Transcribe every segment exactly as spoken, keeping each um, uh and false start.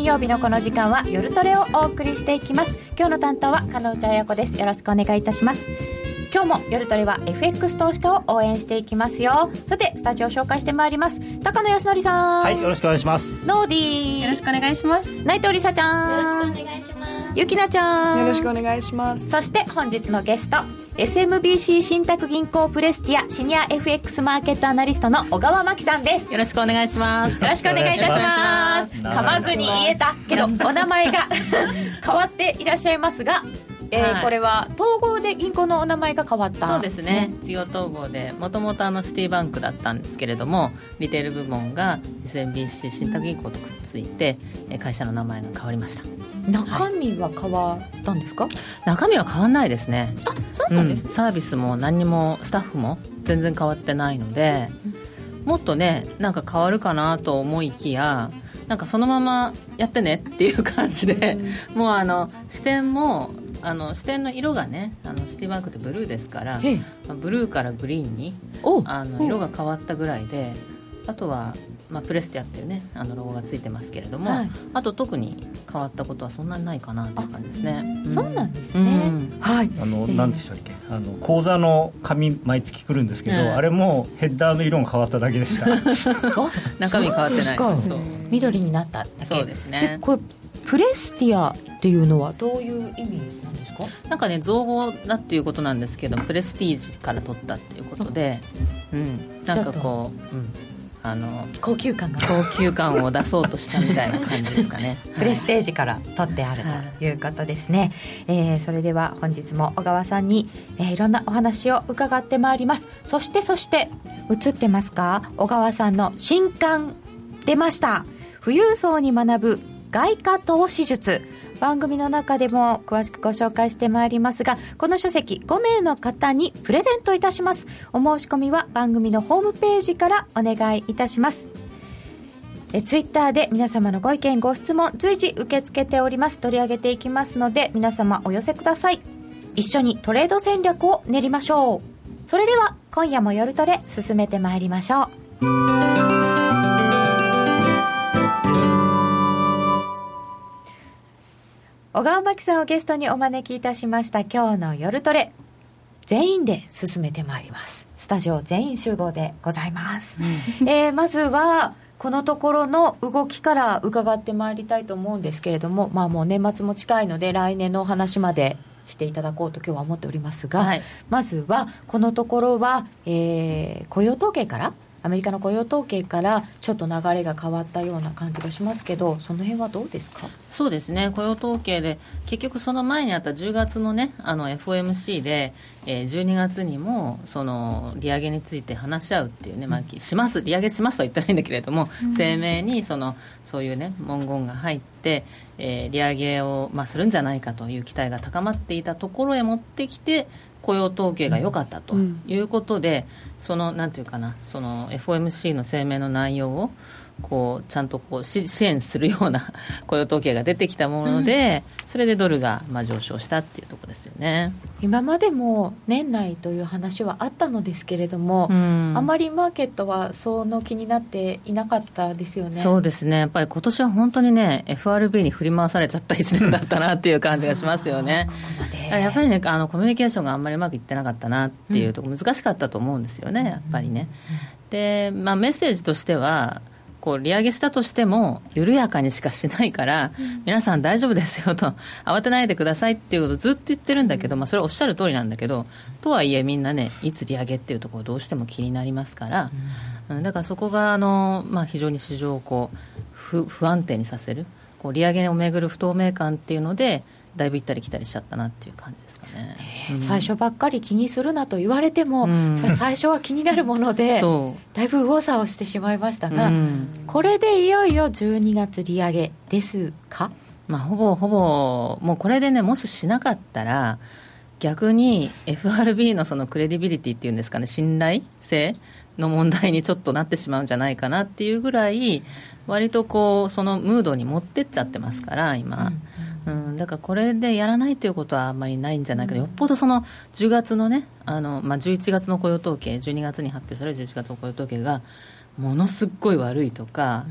曜日のこの時間は夜トレをお送りしていきます。今日の担当は金内彩子です。よろしくお願いいたします。今日も夜トレは エフエックス 投資家を応援していきますよ。さてスタジオを紹介してまいります。高野康則さん、 はい、よろしくお願いします。 ノーディー、 よろしくお願いします。 内藤梨沙ちゃん、 よろしくお願いします。 ゆきなちゃん、 よろしくお願いします。 そして本日のゲスト エスエムビーシー 信託銀行プレスティアシニア エフエックス マーケットアナリストの小川真紀さんです。 よろしくお願いします。 よろしくお願いいたします。噛まずに言えたけどお名前が変わっていらっしゃいますが、えーはい、これは統合で銀行のお名前が変わった。 そうですね、事業統合でもともとシティバンクだったんですけれども、リテール部門が エスエムビーシー 信託銀行とくっついて会社の名前が変わりました。 中身は変わったんですか？はい、 中身は変わんないですね。 あ、そうなんですね、 うん、サービスも何にもスタッフも全然変わってないので、うん、もっとねなんか変わるかなと思いきや、なんかそのままやってねっていう感じで、うん、もうあの視点もあの視点の色がね、あのシティバンクってブルーですから、まあ、ブルーからグリーンにあの色が変わったぐらいで、あとは、まあ、プレスティアっていうねあのロゴがついてますけれども、はい、あと特に変わったことはそんなにないかなという感じですね。 うん、そうなんですね、うん、はい。 あの、えー、何でしたっけ、あの口座の紙毎月来るんですけど、うん、あれもヘッダーの色が変わっただけでした中身変わってない。そうそう、緑になっただけ。 そうですね。 でこれプレスティアっていうのはどういう意味なんですか？ なんかね造語だっていうことなんですけど、プレスティージから取ったっていうことで、うん、なんかこう、うん、あの高級感が高級感を出そうとしたみたいな感じですかねプレステージから取ってあるということですね。はい、えー、それでは本日も小川さんに、えー、いろんなお話を伺ってまいります。そしてそして映ってますか、小川さんの新刊出ました。富裕層に学ぶ外貨投資術。番組の中でも詳しくご紹介してまいりますが、この書籍ごめいの方にプレゼントいたします。お申し込みは番組のホームページからお願いいたします。えツイッターで皆様のご意見ご質問随時受け付けております。取り上げていきますので皆様お寄せください。一緒にトレード戦略を練りましょう。それでは今夜も夜トレ進めてまいりましょう。小川真紀さんをゲストにお招きいたしました。今日の夜トレ全員で進めてまいります。スタジオ全員集合でございます、うんえー、まずはこのところの動きから伺ってまいりたいと思うんですけれども、まあもう年末も近いので来年のお話までしていただこうと今日は思っておりますが、はい、まずはこのところは、えー、雇用統計からアメリカの雇用統計からちょっと流れが変わったような感じがしますけど、その辺はどうですか？ そうですね、雇用統計で結局その前にあったじゅうがつのねあの エフオーエムシー で、えー、じゅうにがつにもその利上げについて話し合うっていうね、まあ、します利上げしますとは言ってないんだけれども、うん、声明にそのそういうね文言が入って、えー、利上げを、まあ、するんじゃないかという期待が高まっていたところへ持ってきて雇用統計が良かったということで、うん、そのなんていうかな、その エフオーエムシー の声明の内容をこうちゃんとこう支援するような雇用統計が出てきたもので、うん、それでドルがまあ上昇したっていうところですよね。 今までも年内という話はあったのですけれども、うん、あまりマーケットはその気になっていなかったですよね。 そうですね、やっぱり今年は本当にね エフアールビー に振り回されちゃったいちねんだったなっていう感じがしますよね。ここまでやっぱりねあのコミュニケーションがあんまりうまくいってなかったなっていうところ、難しかったと思うんですよね、やっぱりね。で、まあ、メッセージとしてはこう利上げしたとしても緩やかにしかしないから、うん、皆さん大丈夫ですよと慌てないでくださいっていうことをずっと言ってるんだけど、まあ、それはおっしゃる通りなんだけど、とはいえみんなねいつ利上げっていうところどうしても気になりますから、うん、だからそこがあの、まあ、非常に市場をこう 不, 不安定にさせる、こう利上げをめぐる不透明感っていうのでだいぶ行ったり来たりしちゃったなっていう感じですかね。 うん、最初ばっかり気にするなと言われても、うん、最初は気になるものでだいぶ右往左往してしまいましたが、うん、これでいよいよじゅうにがつ利上げですか？ まあ、ほぼほぼもうこれでねもししなかったら逆に エフアールビー のそのクレディビリティっていうんですかね、信頼性の問題にちょっとなってしまうんじゃないかなっていうぐらい割とこうそのムードに持ってっちゃってますから今、うんうん、だからこれでやらないということはあんまりないんじゃないか、うん、よっぽどそのじゅうがつのねあの、まあ、じゅういちがつの雇用統計じゅうにがつに発表されるじゅういちがつの雇用統計がものすごい悪いとか、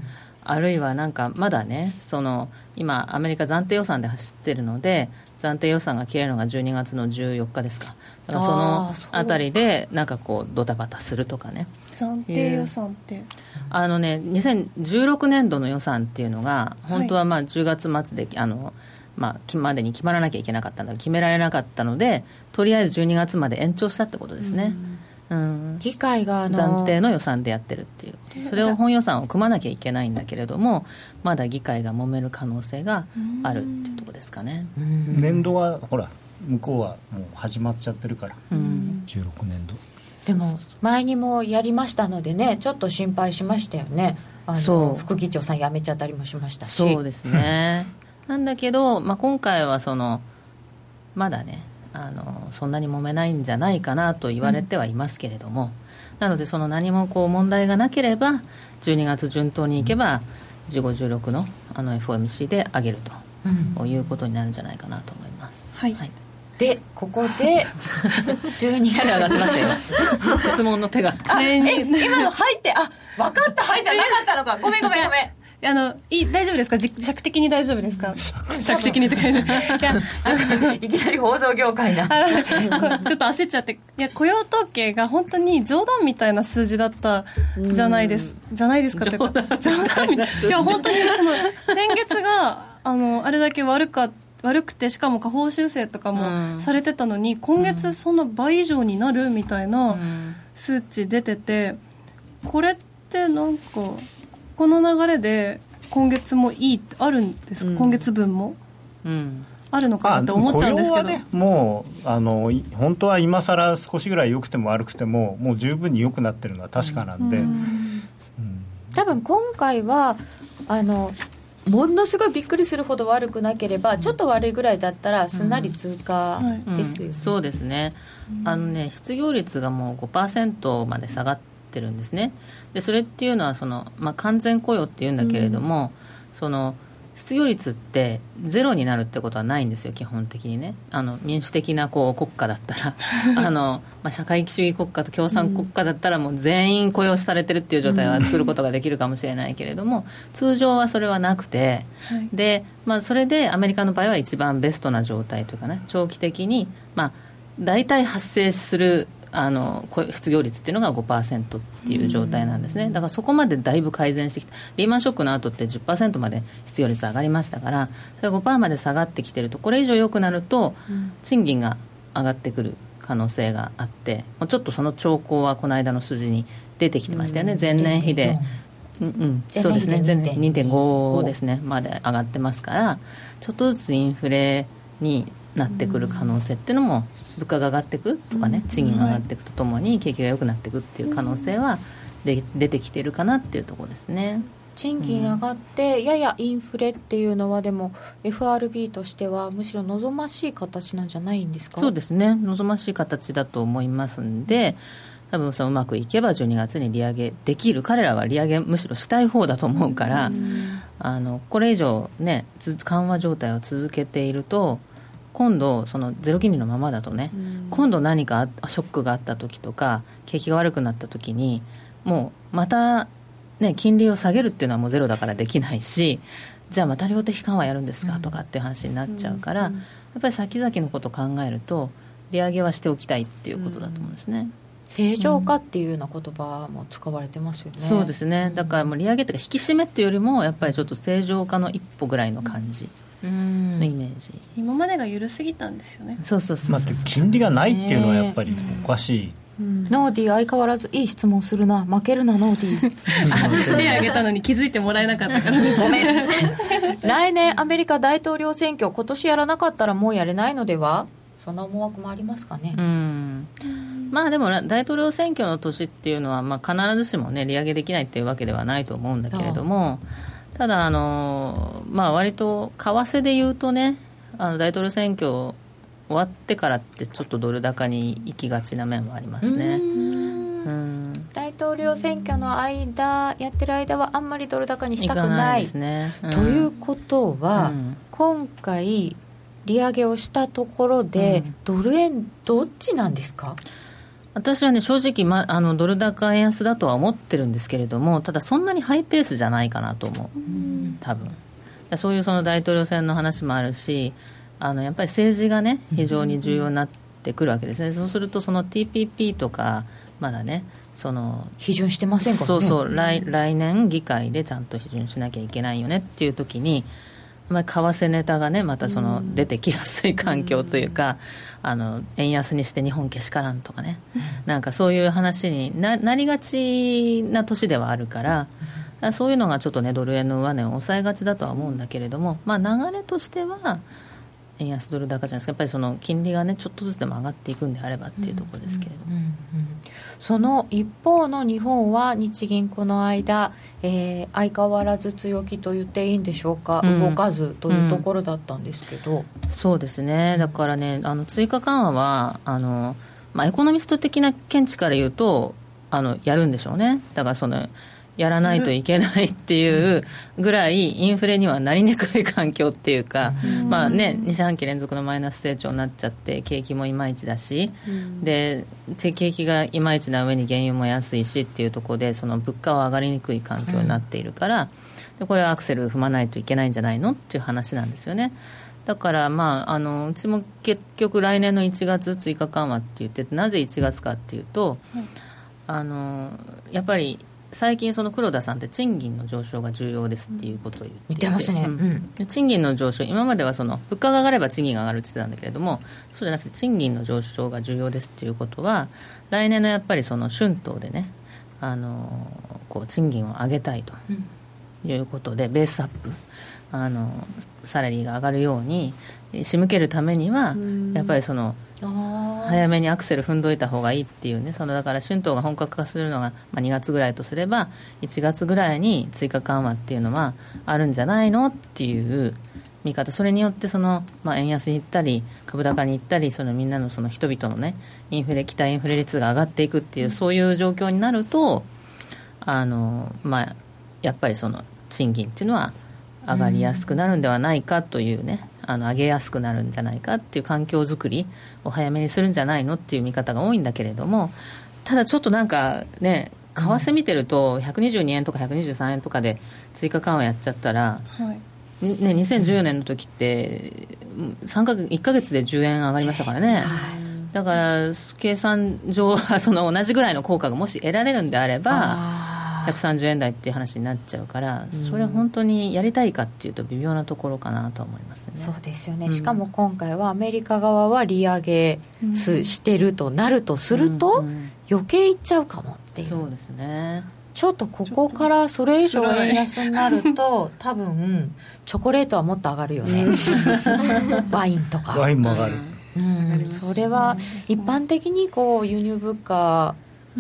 あるいはなんかまだね、その今アメリカ暫定予算で走ってるので、暫定予算が切れるのがじゅうにがつのじゅうよっかですか。だからそのあたりでなんかこうドタバタするとかね。 暫定予算ってあのね、にせんじゅうろくねんどの予算っていうのが本当はまあじゅうがつまつで、あのまあ、までに決まらなきゃいけなかったんだけど決められなかったので、とりあえずじゅうにがつまで延長したってことですね。うん、 議会があの暫定の予算でやってるっていうこと、それを本予算を組まなきゃいけないんだけれども、まだ議会が揉める可能性があるっていうところですかね。 年度はほら向こうはもう始まっちゃってるから、うん、じゅうろくねんどでも前にもやりましたのでね、ちょっと心配しましたよね。あのそう副議長さん辞めちゃったりもしましたし。 そうですねなんだけど、まあ、今回はそのまだね、あのそんなに揉めないんじゃないかなと言われてはいますけれども、うん、なのでその何もこう問題がなければじゅうにがつ順当にいけばじゅうご、じゅうろく の, あの エフオーエムシー で上げると、うん、いうことになるんじゃないかなと思います、 はいはい、でここでじゅうにがつ上がってましたよ質問の手があえ今の入ってあ分かったはいじゃなかったのかごめんごめんごめんあのいい大丈夫ですか、尺的に大丈夫ですか尺的にとか言ういやいきなり放送業界だちょっと焦っちゃって、いや雇用統計が本当に冗談みたいな数字だったじゃないですじゃないですかって冗談冗談みたいないや本当にその先月があのあれだけ悪か悪くて、しかも下方修正とかもされてたのに、うん、今月その倍以上になるみたいな数値出てて、これってなんかこの流れで今月もいいってあるんですか、うん、今月分も、うん、あるのかなって思っちゃうんですけど、 雇用はね、もうあの本当は今更少しぐらい良くても悪くてももう十分に良くなってるのは確かなんで、うんうん、 多分今回はあのものすごいびっくりするほど悪くなければちょっと悪いぐらいだったらすんなり通過ですよね、 うんうん、そうですね、あのね失業率がもう ごパーセント まで下がってるんですね。でそれっていうのはその、まあ、完全雇用っていうんだけれども、うん、その失業率ってゼロになるってことはないんですよ基本的にね。あの民主的なこう国家だったらあの、まあ、社会主義国家と共産国家だったらもう全員雇用されてるっていう状態は作ることができるかもしれないけれども、通常はそれはなくて、はい、で、まあ、それでアメリカの場合は一番ベストな状態というかね、長期的に、まあ、大体発生するあの失業率っていうのが ごパーセント っていう状態なんですね。だからそこまでだいぶ改善してきた。リーマンショックの後って じゅっパーセント まで失業率上がりましたから、それが ごパーセント まで下がってきてると、これ以上良くなると賃金が上がってくる可能性があって、もうちょっとその兆候はこの間の数字に出てきてましたよね。前年比で、うんうん、そうですね、前年 にてんご ですねまで上がってますから、ちょっとずつインフレになってくる可能性っていうのも、物価が上がっていくとかね、賃金が上がっていくとともに景気が良くなっていくっていう可能性はで出てきてるかなっていうところですね。 賃金上がってややインフレっていうのはでも エフアールビー としてはむしろ望ましい形なんじゃないんですか。 そうですね、望ましい形だと思いますんで、多分そのうまくいけばじゅうにがつに利上げできる、彼らは利上げむしろしたい方だと思うから、あのこれ以上ね緩和状態を続けていると今度そのゼロ金利のままだとね、うん、今度何かショックがあった時とか景気が悪くなった時にもうまた、ね、金利を下げるっていうのはもうゼロだからできないし、じゃあまた量的緩和やるんですかとかっていう話になっちゃうから、うん、やっぱり先々のことを考えると利上げはしておきたいっていうことだと思うんですね、うん、 正常化っていうような言葉も使われてますよね、 うん、そうですね。だからもう利上げというか引き締めっていうよりもやっぱりちょっと正常化の一歩ぐらいの感じ、うんのイメージ。 今までが緩すぎたんですよね。 そうそうそうそう、 まあ、金利がないっていうのはやっぱりおかしい、 うん、ノーディー相変わらずいい質問するな、負けるなノーディー手挙げたのに気づいてもらえなかったからですごめん来年アメリカ大統領選挙今年やらなかったらもうやれないのでは、そんな思惑もありますかね。 うん、まあでも大統領選挙の年っていうのは、まあ、必ずしもね利上げできないっていうわけではないと思うんだけれども、ただあの、まあ、割と為替で言うとね、あの大統領選挙終わってからってちょっとドル高に行きがちな面はありますね。うんうん、 大統領選挙の間やってる間はあんまりドル高にしたくない、 いかないですね、うん、 ということは、うん、今回利上げをしたところで、うん、ドル円どっちなんですか。 私はね正直、ま、あのドル高円安だとは思ってるんですけれども、ただそんなにハイペースじゃないかなと思う、うん、多分そういうその大統領選の話もあるし、あのやっぱり政治がね非常に重要になってくるわけですね、うん、そうするとその ティーピーピー とかまだねその批准してませんからね。 そうそう、来、来年議会でちゃんと批准しなきゃいけないよねっていう時に、まあ、為替ネタがねまたその出てきやすい環境というか、うん、あの円安にして日本けしからんとかね、うん、なんかそういう話に な, なりがちな年ではあるから、うん、そういうのがちょっとねドル円の上値を抑えがちだとは思うんだけれども、まあ、流れとしては円安ドル高じゃないですか。やっぱりその金利がねちょっとずつでも上がっていくんであればっていうところですけれども、うんうんうんうん、 その一方の日本は日銀この間、えー、相変わらず強気と言っていいんでしょうか、うん、動かずというところだったんですけど、 うん、そうですね。だからねあの追加緩和はあの、まあ、エコノミスト的な見地から言うとあのやるんでしょうね。だからそのやらないといけないっていうぐらいインフレにはなりにくい環境っていうか、うんまあね、に四半期連続のマイナス成長になっちゃって景気もいまいちだし、うん、で景気がいまいちな上に原油も安いしっていうところでその物価は上がりにくい環境になっているから、うん、でこれはアクセル踏まないといけないんじゃないのっていう話なんですよね。だから、まあ、あのうちも結局来年のいちがつ追加緩和って言ってて、なぜいちがつかっていうと、うん、あのやっぱり最近その黒田さんって賃金の上昇が重要ですっていうことを言っていて、 言ってますね、うん、 賃金の上昇、今まではその物価が上がれば賃金が上がるって言ってたんだけれども、そうじゃなくて賃金の上昇が重要ですっていうことは来年のやっぱりその春闘でねあのこう賃金を上げたいということで、うん、ベースアップあのサラリーが上がるように仕向けるためにはやっぱりその早めにアクセル踏んどいた方がいいっていうね、そのだから春闘が本格化するのがまあにがつぐらいとすればいちがつぐらいに追加緩和っていうのはあるんじゃないのっていう見方、それによってその、まあ、円安に行ったり株高に行ったりそのみんなのその人々のねインフレ期待インフレ率が上がっていくっていう、そういう状況になるとあの、まあ、やっぱりその賃金っていうのは上がりやすくなるんではないかというね、あの上げやすくなるんじゃないかっていう環境づくりを早めにするんじゃないのっていう見方が多いんだけれども、ただちょっとなんかね為替見てるとひゃくにじゅうにえんとかひゃくにじゅうさんえんとかで追加緩和やっちゃったら、はいね、にせんじゅうよねんの時ってさんかげついっかげつでじゅうえん上がりましたからね、はい、だから計算上はその同じぐらいの効果がもし得られるんであればひゃくさんじゅうえん台っていう話になっちゃうから、それは本当にやりたいかっていうと微妙なところかなと思いますね。 そうですよね、うん、しかも今回はアメリカ側は利上げしてるとなるとすると、うんうん、余計いっちゃうかもっていう。 そうですね。 ちょっとここからそれ以上円安になると多分チョコレートはもっと上がるよねワインとかワインも上がる、 うん、それは一般的にこう輸入物価うん、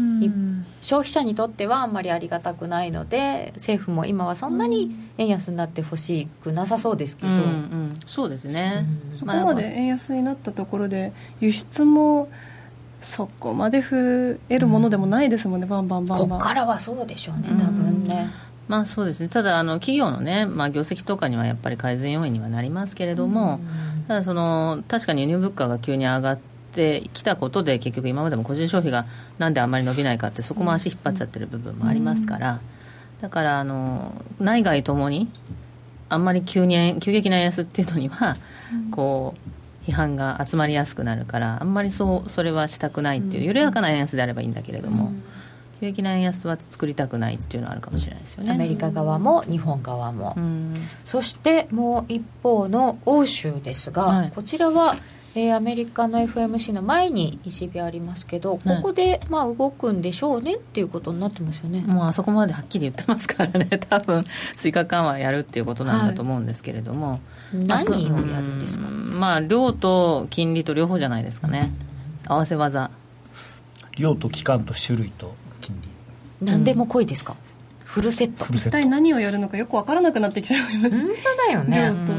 消費者にとってはあんまりありがたくないので政府も今はそんなに円安になってほしくなさそうですけど、うんうん、 そうですね、 うん、そこまで円安になったところで輸出もそこまで増えるものでもないですもんね、うん、バンバンバンバンこっからはそうでしょうね、多分ね、 うん、まあそうですね。ただあの企業のね、まあ、業績とかにはやっぱり改善要因にはなりますけれども、うん、ただその確かに輸入物価が急に上がってきたことで結局今までも個人消費がなんであんまり伸びないかってそこも足引っ張っちゃってる部分もありますから、だからあの内外ともにあんまり急に急激な円安っていうのにはこう批判が集まりやすくなるから、あんまりそうそれはしたくないっていう、緩やかな円安であればいいんだけれども、急激な円安は作りたくないっていうのはあるかもしれないですよね。 アメリカ側も日本側も、うん、そしてもう一方の欧州ですが、はい、こちらはえー、アメリカの エフオーエムシー の前に イーシービー ありますけど、ここでまあ動くんでしょうねっていうことになってますよね。 もうあそこまではっきり言ってますからね多分追加緩和やるっていうことなんだと思うんですけれども、はい、 何をやるんですか。 まあ量と金利と両方じゃないですかね、うん、合わせ技。 量と期間と種類と金利、 何でも濃いですか、うん、フルセット。 一体何をやるのかよく分からなくなってきちゃいます。 本当だよね、うん、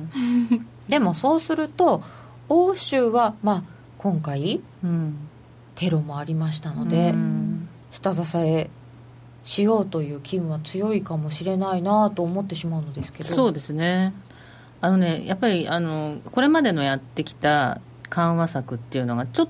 でもそうすると欧州は、まあ、今回、うん、テロもありましたので、うん、下支えしようという機運は強いかもしれないなと思ってしまうのですけど。 そうですね。あのねやっぱりあのこれまでのやってきた緩和策っていうのがちょっと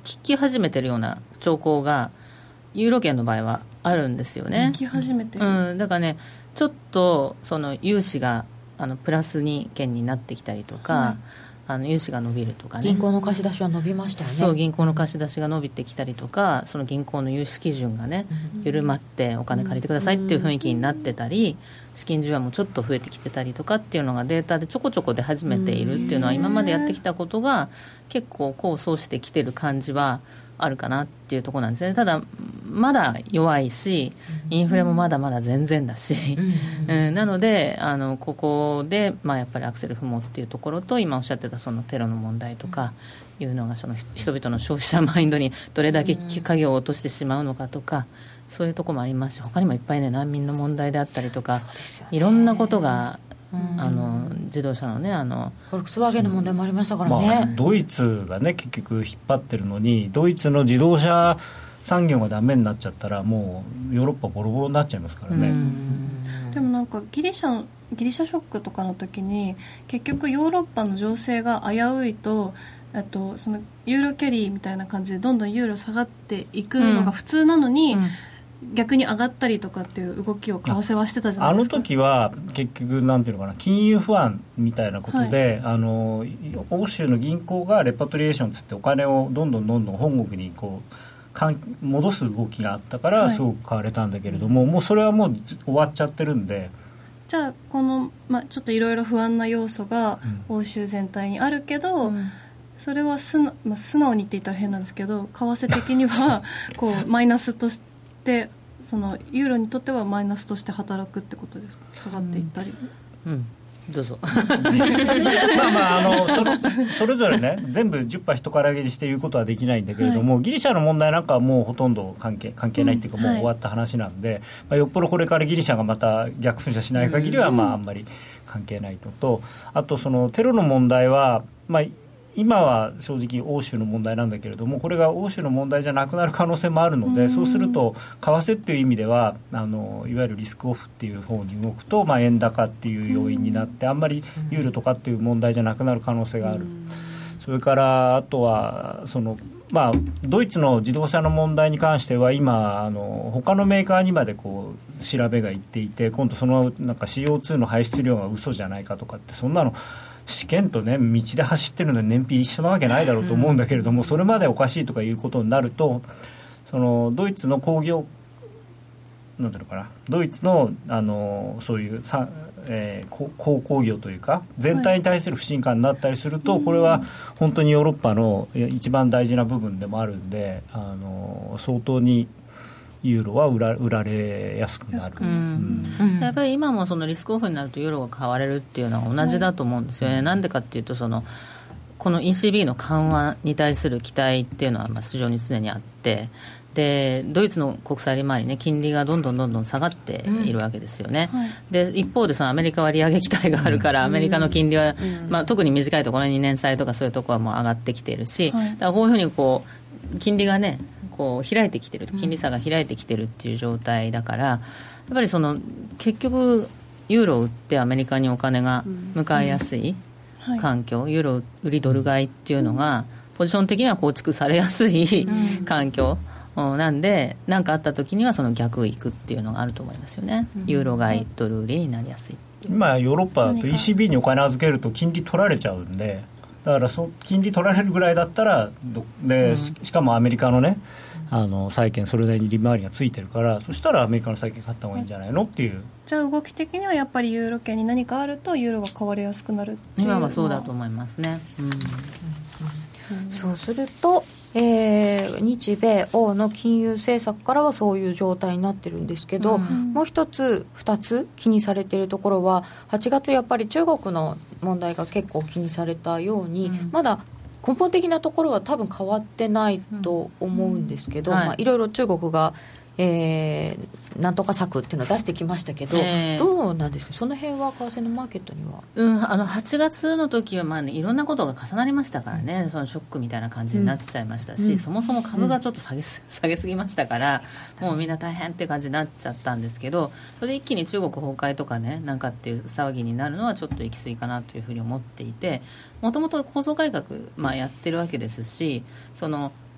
き始めてるような兆候がユーロ圏の場合はあるんですよね。 効き始めてる、 うん、だからねちょっとその融資があのプラスに圏になってきたりとか、はい、あの融資が伸びるとかね、 銀行の貸し出しは伸びましたよね。 そう、銀行の貸し出しが伸びてきたりとか、その銀行の融資基準がね、うん、緩まってお金借りてくださいっていう雰囲気になってたり、資金需要もちょっと増えてきてたりとかっていうのがデータでちょこちょこ出始めているっていうのは、今までやってきたことが結構功を奏してきてる感じはあるかなっていうところなんですね。ただまだ弱いし、インフレもまだまだ全然だし、うんうん、なのであのここで、まあ、やっぱりアクセル踏もうっていうところと、今おっしゃってたそのテロの問題とかいうのが、その人々の消費者マインドにどれだけ影を落としてしまうのかとか、そういうところもありますし、他にもいっぱいね、難民の問題であったりとか、いろんなことがあの自動車のね、あのフォルクスワーゲンの問題もありましたからね、 まあ、ドイツがね結局引っ張ってるのに、ドイツの自動車産業がダメになっちゃったらもうヨーロッパボロボロになっちゃいますからね。 でもなんかギリシャギリシャショックとかの時に結局ヨーロッパの情勢が危ういと、あとそのユーロキャリーみたいな感じでどんどんユーロ下がっていくのが普通なのに、うんうん、逆に上がったりとかっていう動きを為替はしてたじゃないですか。 あの時は結局なんていうのかな、金融不安みたいなことで、はい、あの欧州の銀行がレパトリエーションつってお金をどんどんどんどん本国にこう戻す動きがあったからすごく買われたんだけれども、はい、もうそれはもう終わっちゃってるんで、 じゃあこの、まあ、ちょっといろいろ不安な要素が欧州全体にあるけど、うん、それは素直、まあ、素直にって言ったら変なんですけど、為替的にはこうマイナスとしてそのユーロにとってはマイナスとして働くってことですか、下がっていったり、 うんうんどうぞまあまああの そ, それぞれね全部 じゅっパーセント 人からげにして言うことはできないんだけれども、はい、ギリシャの問題なんかはもうほとんど関係、関係ないっていうか、もう終わった話なんで、うんはいまあ、よっぽどこれからギリシャがまた逆噴射しない限りは、まあ、あんまり関係ないのと、あとそのテロの問題は、まあ今は正直欧州の問題なんだけれども、これが欧州の問題じゃなくなる可能性もあるので、そうすると為替っていう意味ではあのいわゆるリスクオフっていう方に動くと、まあ、円高っていう要因になって、あんまりユーロとかっていう問題じゃなくなる可能性がある。それからあとはそのまあ、ドイツの自動車の問題に関しては今あの他のメーカーにまでこう調べがいっていて、今度そのなんか シーオーツー の排出量が嘘じゃないかとかって、そんなの試験とね道で走ってるのに燃費一緒なわけないだろうと思うんだけれども、それまでおかしいとかいうことになると、そのドイツの工業なんていうのかな、ドイツのあのそういうさ、えー、鉱工業というか全体に対する不信感になったりすると、これは本当にヨーロッパの一番大事な部分でもあるんで、あの相当にユーロは売ら、売られやすくなる、うんうん、やっぱり今もそのリスクオフになるとユーロが買われるっていうのは同じだと思うんですよね、はい、なんでかっていうと、そのこの イーシービー の緩和に対する期待っていうのはまあ市場に常にあって、でドイツの国債利回りね、金利がどんどんどんどん下がっているわけですよね、うんはい、で一方でそのアメリカは利上げ期待があるから、うん、アメリカの金利は、うんまあ、特に短いところにねん債とかそういうところはもう上がってきているし、はい、だからこういうふうにこう金利がねこう開いてきてる、金利差が開いてきてるっていう状態だから、やっぱりその結局ユーロを売ってアメリカにお金が向かいやすい環境、うんはい、ユーロ売りドル買いっていうのがポジション的には構築されやすい環境なんで、何かあった時にはその逆行くっていうのがあると思いますよね、うん、ユーロ買いドル売りになりやすい。 今ヨーロッパだと イーシービー にお金預けると金利取られちゃうんで、だからそ金利取られるぐらいだったらで、うん、し, しかもアメリカのねあの債券それなりに利回りがついてるから、そしたらアメリカの債券買った方がいいんじゃないのっていう。 じゃあ動き的にはやっぱりユーロ圏に何かあるとユーロが買われやすくなるっていうのは今はそうだと思いますね、うんうんうん、そうすると、えー、日米欧の金融政策からはそういう状態になってるんですけど、うん、もう一つ二つ気にされているところは、はちがつやっぱり中国の問題が結構気にされたように、うん、まだ根本的なところは多分変わってないと思うんですけど、うんはいまあ、いろいろ中国が、えー、なんとか策っていうのを出してきましたけど、えー、どうなんですか、その辺は為替のマーケットには、 うん、あのはちがつの時はまあ、ね、いろんなことが重なりましたからね、うん、そのショックみたいな感じになっちゃいましたし、うん、そもそも株がちょっと下げす、下げすぎましたから、うん、もうみんな大変って感じになっちゃったんですけど、それで一気に中国崩壊とかねなんかっていう騒ぎになるのはちょっと行き過ぎかなというふうに思っていて、もともと構造改革、まあ、やってるわけですし、その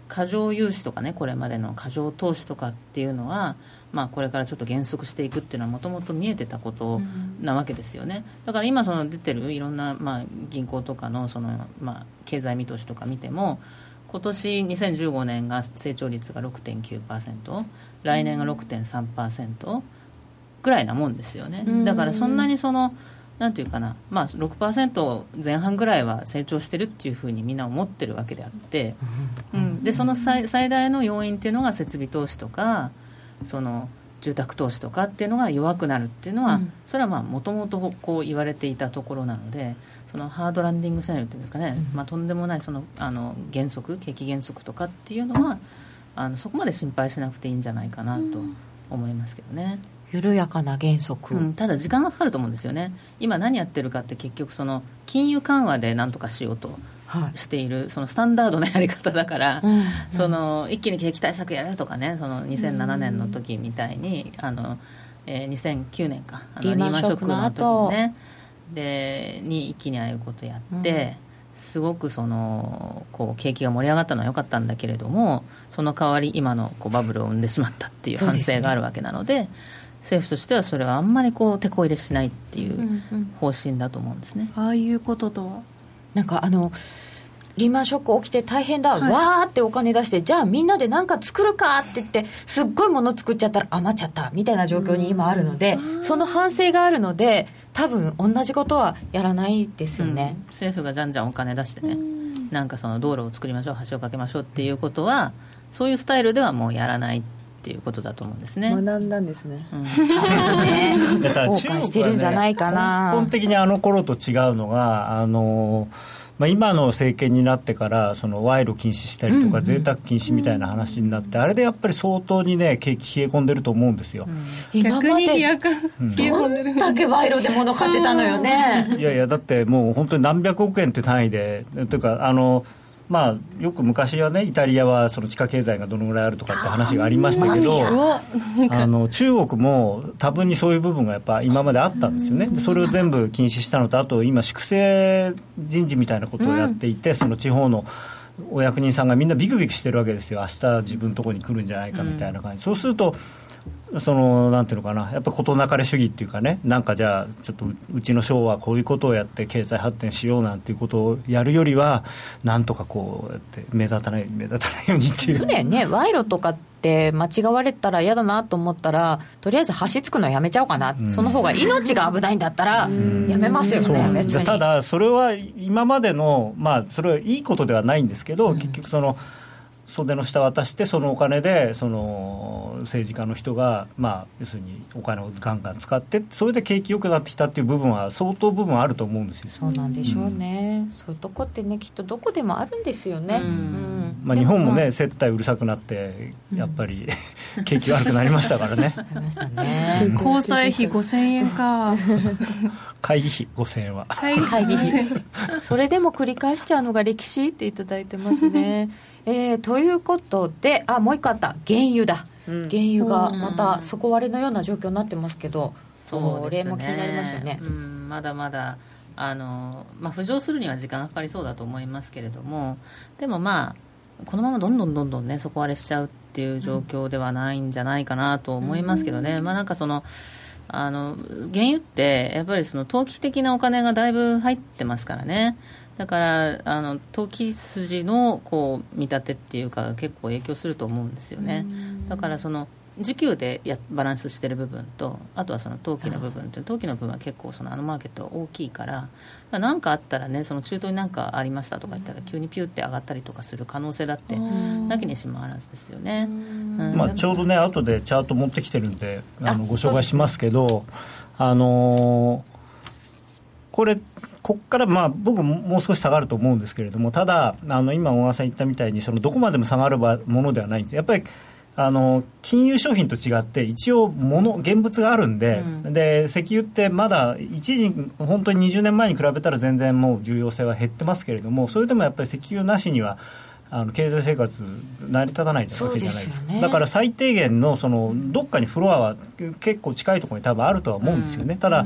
過剰融資とかね、これまでの過剰投資とかっていうのは、まあ、これからちょっと減速していくっていうのはもともと見えてたことなわけですよね。だから今その出てるいろんな、まあ、銀行とかのその、まあ、経済見通しとか見ても、今年にせんじゅうごねんが成長率が ろくてんきゅうパーセント、 来年が ろくてんさんパーセント ぐらいなもんですよね。だからそんなにそのなんていうかな、まあ、ろくパーセントぜん半ぐらいは成長してるっていうふうにみんな思ってるわけであって、うん、でその 最, 最大の要因っていうのが設備投資とかその住宅投資とかっていうのが弱くなるっていうのは、うん、それはもともとこう言われていたところなので、そのハードランディングシナリオっていうんですかね、うんまあ、とんでもないそのあの減速景気減速とかっていうのはあのそこまで心配しなくていいんじゃないかなと思いますけどね。 緩やかな減速、 うん、ただ時間がかかると思うんですよね。今何やってるかって結局その金融緩和で何とかしようとしている、はい、そのスタンダードなやり方だから、うんうん、その一気に景気対策やるとかね、そのにせんななねんの時みたいに、あの、えー、にせんきゅうねんかあのリーマンショックの時にねでに一気にああいうことやって、うん、すごくそのこう景気が盛り上がったのは良かったんだけれども、その代わり今のこうバブルを生んでしまったっていう反省があるわけなので、政府としてはそれはあんまりこう手こ入れしないっていう方針だと思うんですね、 うんうん、ああいうこととはなんかあのリーマンショック起きて大変だ、はい、わーってお金出して、じゃあみんなで何か作るかって言ってすっごいもの作っちゃったら余っちゃったみたいな状況に今あるので、その反省があるので多分同じことはやらないですよね、 うん、政府がじゃんじゃんお金出してね、なんかその道路を作りましょう、橋を架けましょうっていうことはそういうスタイルではもうやらないっていうことだと思うんですね。 学んだんですね、 うん、ね後悔してるんじゃないかな。 根本的にあの頃と違うのが、あのまあ、今の政権になってからその賄賂禁止したりとか贅沢禁止みたいな話になって、うんうん、あれでやっぱり相当にね景気冷え込んでると思うんですよ、 うん、逆に冷え込んでる。 どんだけ賄賂で物買ってたのよね。 いやいやだってもう本当に何百億円って単位でというかあのまあ、よく昔はねイタリアはその地下経済がどのぐらいあるとかって話がありましたけど、あの中国も多分にそういう部分がやっぱ今まであったんですよね。でそれを全部禁止したのと、あと今粛清人事みたいなことをやっていて、うん、その地方のお役人さんがみんなビクビクしてるわけですよ。明日自分のところに来るんじゃないかみたいな感じ、うん、そうするとそのなんていうのかな、やっぱ事なかれ主義っていうかね、なんかじゃあちょっとうちの省はこういうことをやって経済発展しようなんていうことをやるよりは、なんとかこうやって目立たない目立たないようにっていう。 そうだよね、賄賂とかって間違われたら嫌だなと思ったら、とりあえず橋つくのやめちゃおうかな、うん、その方が命が危ないんだったらやめますよね。 そう別にただそれは今までの、まあそれはいいことではないんですけど、うん、結局その袖の下渡してそのお金でその政治家の人が、まあ、要するにお金をガンガン使ってそれで景気良くなってきたっていう部分は相当部分あると思うんですよ。 そうなんでしょうね、うん、そういうとこってねきっとどこでもあるんですよね、うんうんまあ、日本もね接待うるさくなってやっぱり、うん、景気悪くなりましたからね。 ありましたね。 交際費ごせんえんか会議費ごせんえんは会議費それでも繰り返しちゃうのが歴史っていただいてますね。えー、ということで、あもう一個あった、原油だ、うん、原油がまた底割れのような状況になってますけど、それも気になりますよね。 うん、まだまだあの、まあ、浮上するには時間がかかりそうだと思いますけれども、でもまあこのままどんどんどんどんね底割れしちゃうっていう状況ではないんじゃないかなと思いますけどね、うん、まあなんかそのあの原油ってやっぱりその投機的なお金がだいぶ入ってますからね。だからあの投機筋のこう見立てっていうか結構影響すると思うんですよね。だからその需給でやバランスしてる部分と、あとはその投機の部分と、投機の部分は結構そのあのマーケットは大きいから何かあったらね、その中東に何かありましたとか言ったら急にピューって上がったりとかする可能性だってなきにしもあらずですよね。 うんまあ、ちょうどね後でチャート持ってきてるんであのご紹介しますけど、あのー、これここからまあ僕ももう少し下がると思うんですけれども、ただあの今小川さん言ったみたいにそのどこまでも下がるものではないんです。やっぱりあの金融商品と違って一応物現物があるんで、うん、で石油ってまだ一時本当ににじゅうねんまえに比べたら全然もう重要性は減ってますけれども、それでもやっぱり石油なしにはあの経済生活成り立たないわけじゃないですか。ですよね。だから最低限のそのどっかにフロアは結構近いところに多分あるとは思うんですよね、うん、ただ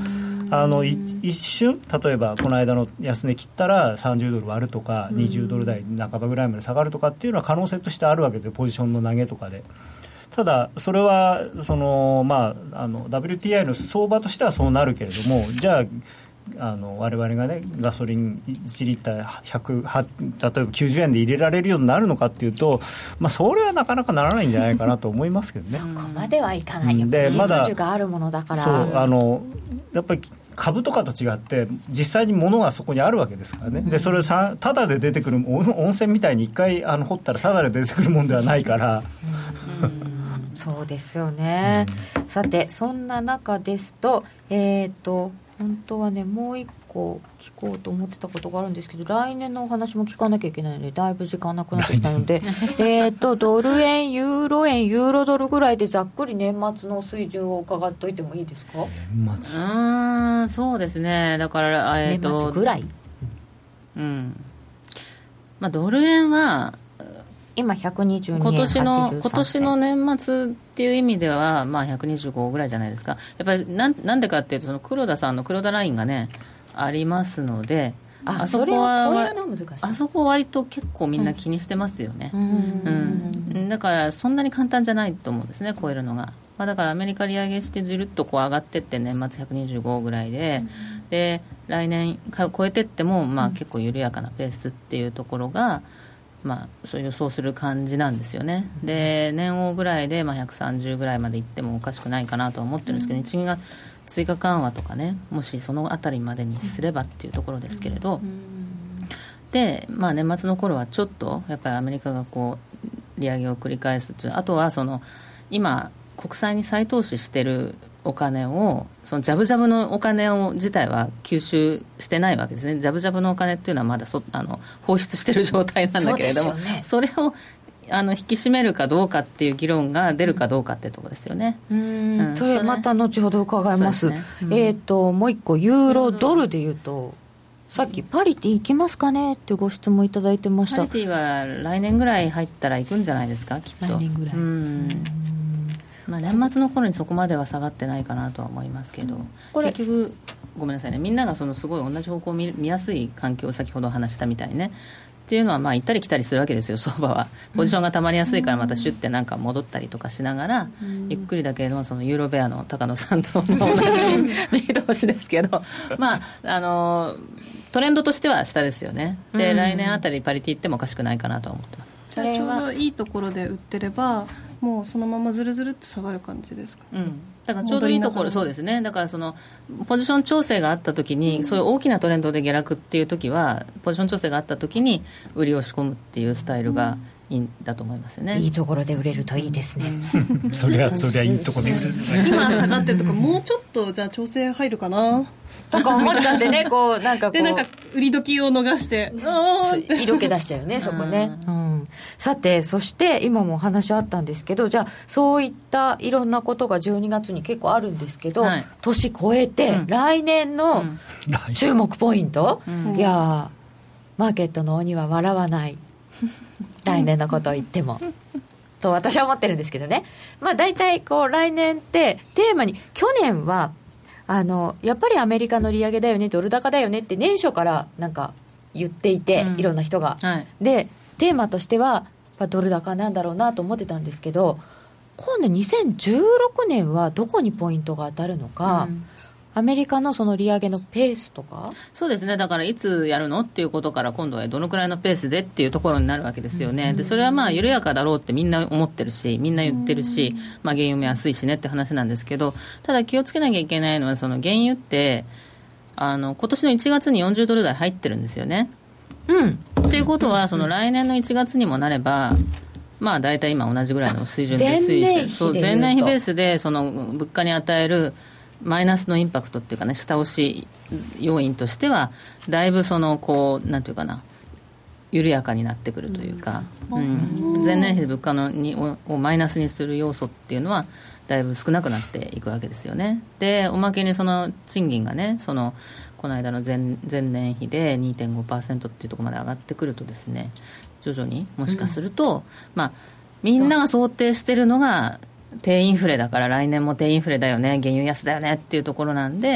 あの一瞬例えばこの間の安値切ったらさんじゅうドル割るとかにじゅうドル台半ばぐらいまで下がるとかっていうのは可能性としてあるわけですよ、ポジションの投げとかで。ただそれはその、まあ、あの ダブリューティーアイ の相場としてはそうなるけれども、じゃああの我々がねガソリンいちリッターひゃくは例えばきゅうじゅうえんで入れられるようになるのかっていうと、まあ、それはなかなかならないんじゃないかなと思いますけどね。 そこまではいかないよ、 でまだ実需があるものだから。 そうあのやっぱり株とかと違って実際に物がそこにあるわけですからね。でそれをさタダで出てくる温泉みたいにいっかいあの掘ったらタダで出てくるもんではないから。 うんそうですよね、うん、さてそんな中ですとえっ、ー、と本当はねもう一個聞こうと思ってたことがあるんですけど、来年のお話も聞かなきゃいけないのでだいぶ時間なくなってきたのでえとドル円ユーロ円ユーロドルぐらいでざっくり年末の水準を伺っといてもいいですか。 年末うーんそうですね、だから、えー、と年末ぐらい、 うんまあ、ドル円は今ひゃくにじゅうにえん今年のはちじゅうさん今年の年末っていう意味では、まあ、ひゃくにじゅうごぐらいじゃないですか。やっぱりなんなんでかっていうとその黒田さんの黒田ラインがねありますので、 あ, あそこはそれを超えるのは難しい。 あそこは割と結構みんな気にしてますよね、 うんうん、だからそんなに簡単じゃないと思うんですね超えるのが、まあ、だからアメリカ利上げしてじるっとこう上がってって年末ひゃくにじゅうごぐらいで、うん、で来年か超えてっても、まあ、結構緩やかなペースっていうところが、まあ、そう予想する感じなんですよね。で年王ぐらいで、まあ、ひゃくさんじゅうぐらいまでいってもおかしくないかなとは思ってるんですけど、日銀が追加緩和とかねもしそのあたりまでにすればっていうところですけれど、で、まあ、年末の頃はちょっとやっぱりアメリカがこう利上げを繰り返すという、あとはその今国債に再投資してるお金をそのジャブジャブのお金を自体は吸収してないわけですね。ジャブジャブのお金っていうのはまだそあの放出してる状態なんだけれども そ,、ね、それをあの引き締めるかどうかっていう議論が出るかどうかっていうところですよね。 うん、うん、それまた後ほど伺います。 ねうん、 えーともう一個ユーロドルでいうとさっきパリティ行きますかねってご質問いただいてました。 パリティは来年ぐらい入ったら行くんじゃないですかきっと。 来年ぐらい、うん、 まあ、年末の頃にそこまでは下がってないかなとは思いますけど、うん、これ結局ごめんなさいね、みんながそのすごい同じ方向を 見, 見やすい環境を先ほど話したみたいにねっていうのはまあ行ったり来たりするわけですよ。相場はポジションがたまりやすいからまたシュッてなんか戻ったりとかしながら、うん、ゆっくりだけどそのユーロベアの高野さんと同じ見通しですけどまああのトレンドとしては下ですよね。で、うん、来年あたりパリティ行ってもおかしくないかなと思ってます。 それはちょうどいいところで売ってればもうそのままずるずるって下がる感じですか。 うん、だからちょうどいいところ、そうですね。だからそのポジション調整があった時に、うん、そういう大きなトレンドで下落っていう時はポジション調整があった時に売りを仕込むっていうスタイルがいいんだと思いますよね。 いいところで売れるといいですね。 そりゃそりゃいいところで売れる、ね、 今下がってるとかもうちょっとじゃあ調整入るかなとか思っちゃってねこうなんかこうでなんか売り時を逃して色気出しちゃうよねそこね、うん、さてそして今もお話あったんですけど、じゃあそういったいろんなことがじゅうにがつに結構あるんですけど、はい、年越えて、うん、来年の注目ポイント、うん、いやマーケットの鬼は笑わない来年のことを言ってもと私は思ってるんですけどね。まあ大体こう来年ってテーマに去年はあのやっぱりアメリカの利上げだよねドル高だよねって年初からなんか言っていて、うん、いろんな人が、はい、でテーマとしてはドル高なんだろうなと思ってたんですけど、今度にせんじゅうろくねんはどこにポイントが当たるのか、うん、アメリカのその利上げのペースとか。 そうですね、だからいつやるのっていうことから今度はどのくらいのペースでっていうところになるわけですよね、うん、でそれはまあ緩やかだろうってみんな思ってるしみんな言ってるし、うんまあ、原油も安いしねって話なんですけど、ただ気をつけなきゃいけないのはその原油ってあの今年のいちがつによんじゅうドル台入ってるんですよね。 うんということはその来年のいちがつにもなればまあ大体今同じぐらいの水準で推移してる。そう前年比ベースでその物価に与えるマイナスのインパクトっていうかね下押し要因としてはだいぶそのこうなんていうかな緩やかになってくるというか、うんうん、前年比で物価のに を, をマイナスにする要素っていうのはだいぶ少なくなっていくわけですよね。でおまけにその賃金がねそのこの間の 前, 前年比で にてんごパーセント っていうところまで上がってくるとですね徐々にもしかすると、うん、まあみんなが想定してるのが低インフレだから来年も低インフレだよね原油安だよねっていうところなんで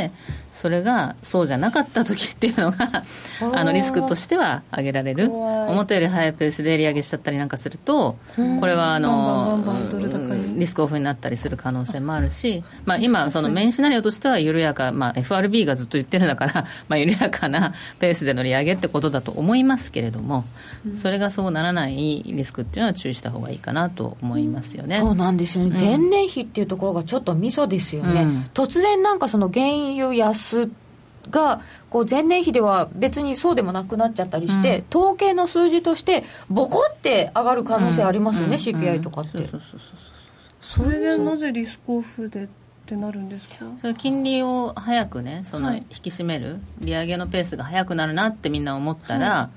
それがそうじゃなかった時っていうのがあのリスクとしては挙げられる。思ったより速いペースで利上げしちゃったりなんかすると、これはあのリスクオフになったりする可能性もあるし、まあ、今そのメインシナリオとしては緩やか、まあ、エフアールビー がずっと言ってるんだから、まあ、緩やかなペースでの利上げってことだと思いますけれども、それがそうならないリスクっていうのは注意した方がいいかなと思いますよね。 そうなんですよね、前年比っていうところがちょっとミソですよね、うん、突然なんかその原油安がこう前年比では別にそうでもなくなっちゃったりして、うん、統計の数字としてボコって上がる可能性ありますよね、うん、シーピーアイ とかって。 それでなぜリスクオフでってなるんですか。 それ金利を早くねその引き締める、はい、利上げのペースが早くなるなってみんな思ったら、はい、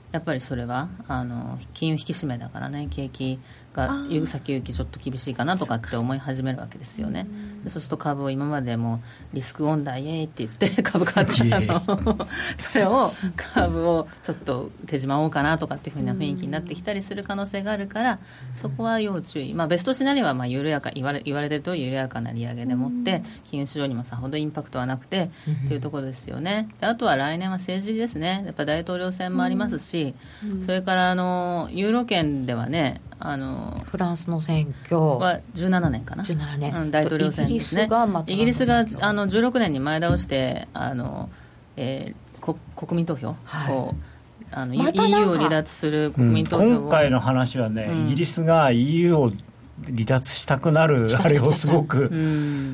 やっぱりそれはあの金融引き締めだからね、景気が先行きちょっと厳しいかなとかって思い始めるわけですよね。でそうすると株を今までもリスクオンだイエーイって言って株買っちゃうのそれを株をちょっと手締まおうかなとかっていう風な雰囲気になってきたりする可能性があるから、そこは要注意。まあ、ベストシナリオはまあ緩やか言われ、言われてると緩やかな利上げでもって金融市場にもさほどインパクトはなくてっていうところですよね。であとは来年は政治ですね。やっぱ大統領選もありますし、それからあのユーロ圏ではね、あのフランスの選挙はじゅうななねんかな、 じゅうななねん、 うん、大統領選ですね。イギリスが、ま、イギリスがあのじゅうろくねんに前倒してあの、えー、国民投票を、はい、あのま、イーユー を離脱する国民投票を、 うん、今回の話はね、うん、イギリスが イーユー を離脱したくなるあれをすごく、 うん、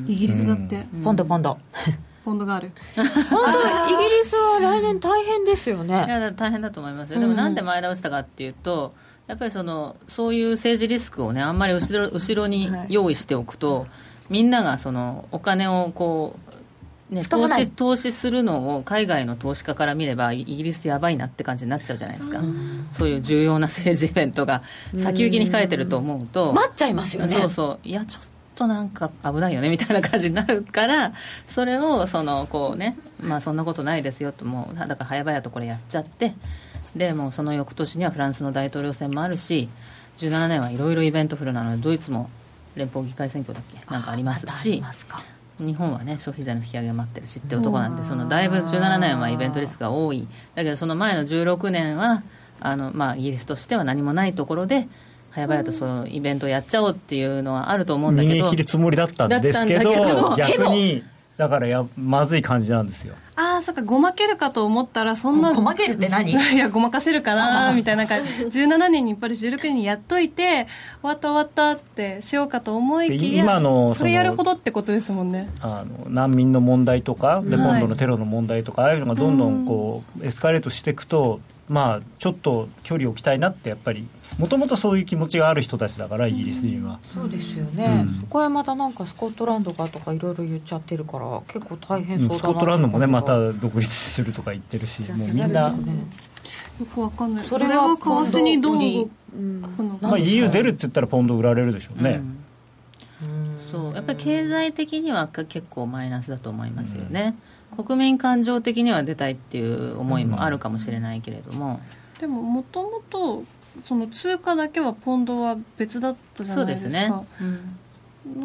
イギリスだって、 うん、ポンドポンドポンドがある本当イギリスは来年大変ですよね。 いや大変だと思いますよ。でもなんで前倒したかっていうと、やっぱりそのそういう政治リスクをねあんまり後ろ、後ろに用意しておくと、はい、みんながそのお金をこう、ね、投資、投資するのを海外の投資家から見ればイギリスやばいなって感じになっちゃうじゃないですか。そういう重要な政治イベントが先行きに控えてると思うと待っちゃいますよね。 そうそういやちょっとなんか危ないよねみたいな感じになるから、それをそのこうね、まあそんなことないですよと、もうだから早々とこれやっちゃって、でもうその翌年にはフランスの大統領選もあるし、じゅうななねんはいろいろイベントフルなので、ドイツも連邦議会選挙だっけなんかありますし、日本はね消費税の引き上げが待ってるしっていうところなんで、そのだいぶじゅうななねんはイベントリスクが多い。だけどその前のじゅうろくねんはあの、まあ、イギリスとしては何もないところで早々とそのイベントをやっちゃおうっていうのはあると思うんだけど、 逃げ切るつもりだったんですけど、逆にだからやまずい感じなんですよ。 ああ、そっか、ごまけるかと思ったらそんなごまけるって何？ いやごまかせるかなみたいな、なんかじゅうななねんにやっぱりじゅうろくねんにやっといて終わった終わったってしようかと思いきや、今のそれやるほどってことですもんね。 あの難民の問題とかで今度のテロの問題とか、はい、ああいうのがどんどんこうエスカレートしていくと、まあちょっと距離を置きたいなって、やっぱりもともとそういう気持ちがある人たちだから、イギリス人は、 うん、そうですよね、うん、そこへまたなんかスコットランドがとかいろいろ言っちゃってるから結構大変そうだな、うん、 スコットランドもねまた独立するとか言ってるし、もうみんな、ね、 よくわかんない。それが為替にどう動くのか、 まあ、イーユー 出るって言ったらポンド売られるでしょうね、 うん、そうやっぱり経済的には結構マイナスだと思いますよね、うん、国民感情的には出たいっていう思いもあるかもしれないけれども、 うん、でももともとその通貨だけはポンドは別だったじゃないですか。そうですね、うん、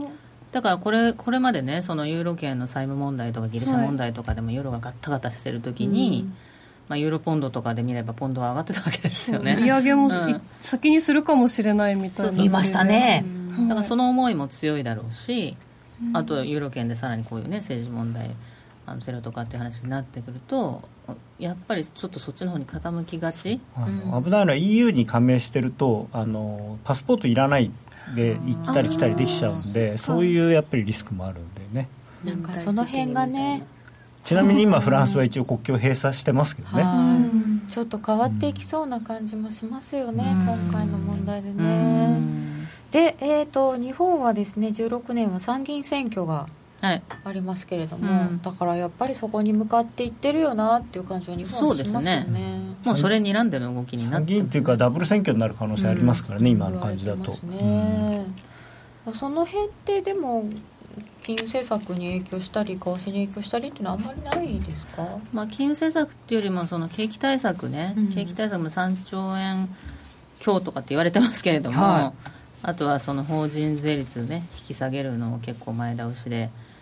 だからこれ、これまでねそのユーロ圏の債務問題とかギリシャ問題とかでもユーロがガッタガタしてる時に、はい、まあ、ユーロポンドとかで見ればポンドは上がってたわけですよね。 利上げも、うん、先にするかもしれないみたいな言いましたね、 うん、だからその思いも強いだろうし、うん、あとユーロ圏でさらにこういうね政治問題、あのテロとかっていう話になってくるとやっぱりちょっとそっちの方に傾きがち。 あの危ないのは イーユー に加盟してるとあのパスポートいらないで行ったり来たりできちゃうんで、そういうやっぱりリスクもあるんでね。 なんかその辺がね、 ちなみに今フランスは一応国境閉鎖してますけどね、 うん、ちょっと変わっていきそうな感じもしますよね、うん、今回の問題でね、うん、で、えーと、日本はですねじゅうろくねんは参議院選挙がありますけれども、はい、うん、だからやっぱりそこに向かっていってるよなっていう感じは日本はしますよね。 そうですね、もうそれ睨んでの動きになって、 参議院っていうかダブル選挙になる可能性ありますからね、うん、今の感じだと、 ね、うん、その辺ってでも金融政策に影響したり為替に影響したりっていうのはあんまりないですか。 まあ、金融政策っていうよりもその景気対策ね、うん、景気対策もさんちょうえん強とかって言われてますけれども、はい、あとはその法人税率ね引き下げるのを結構前倒しで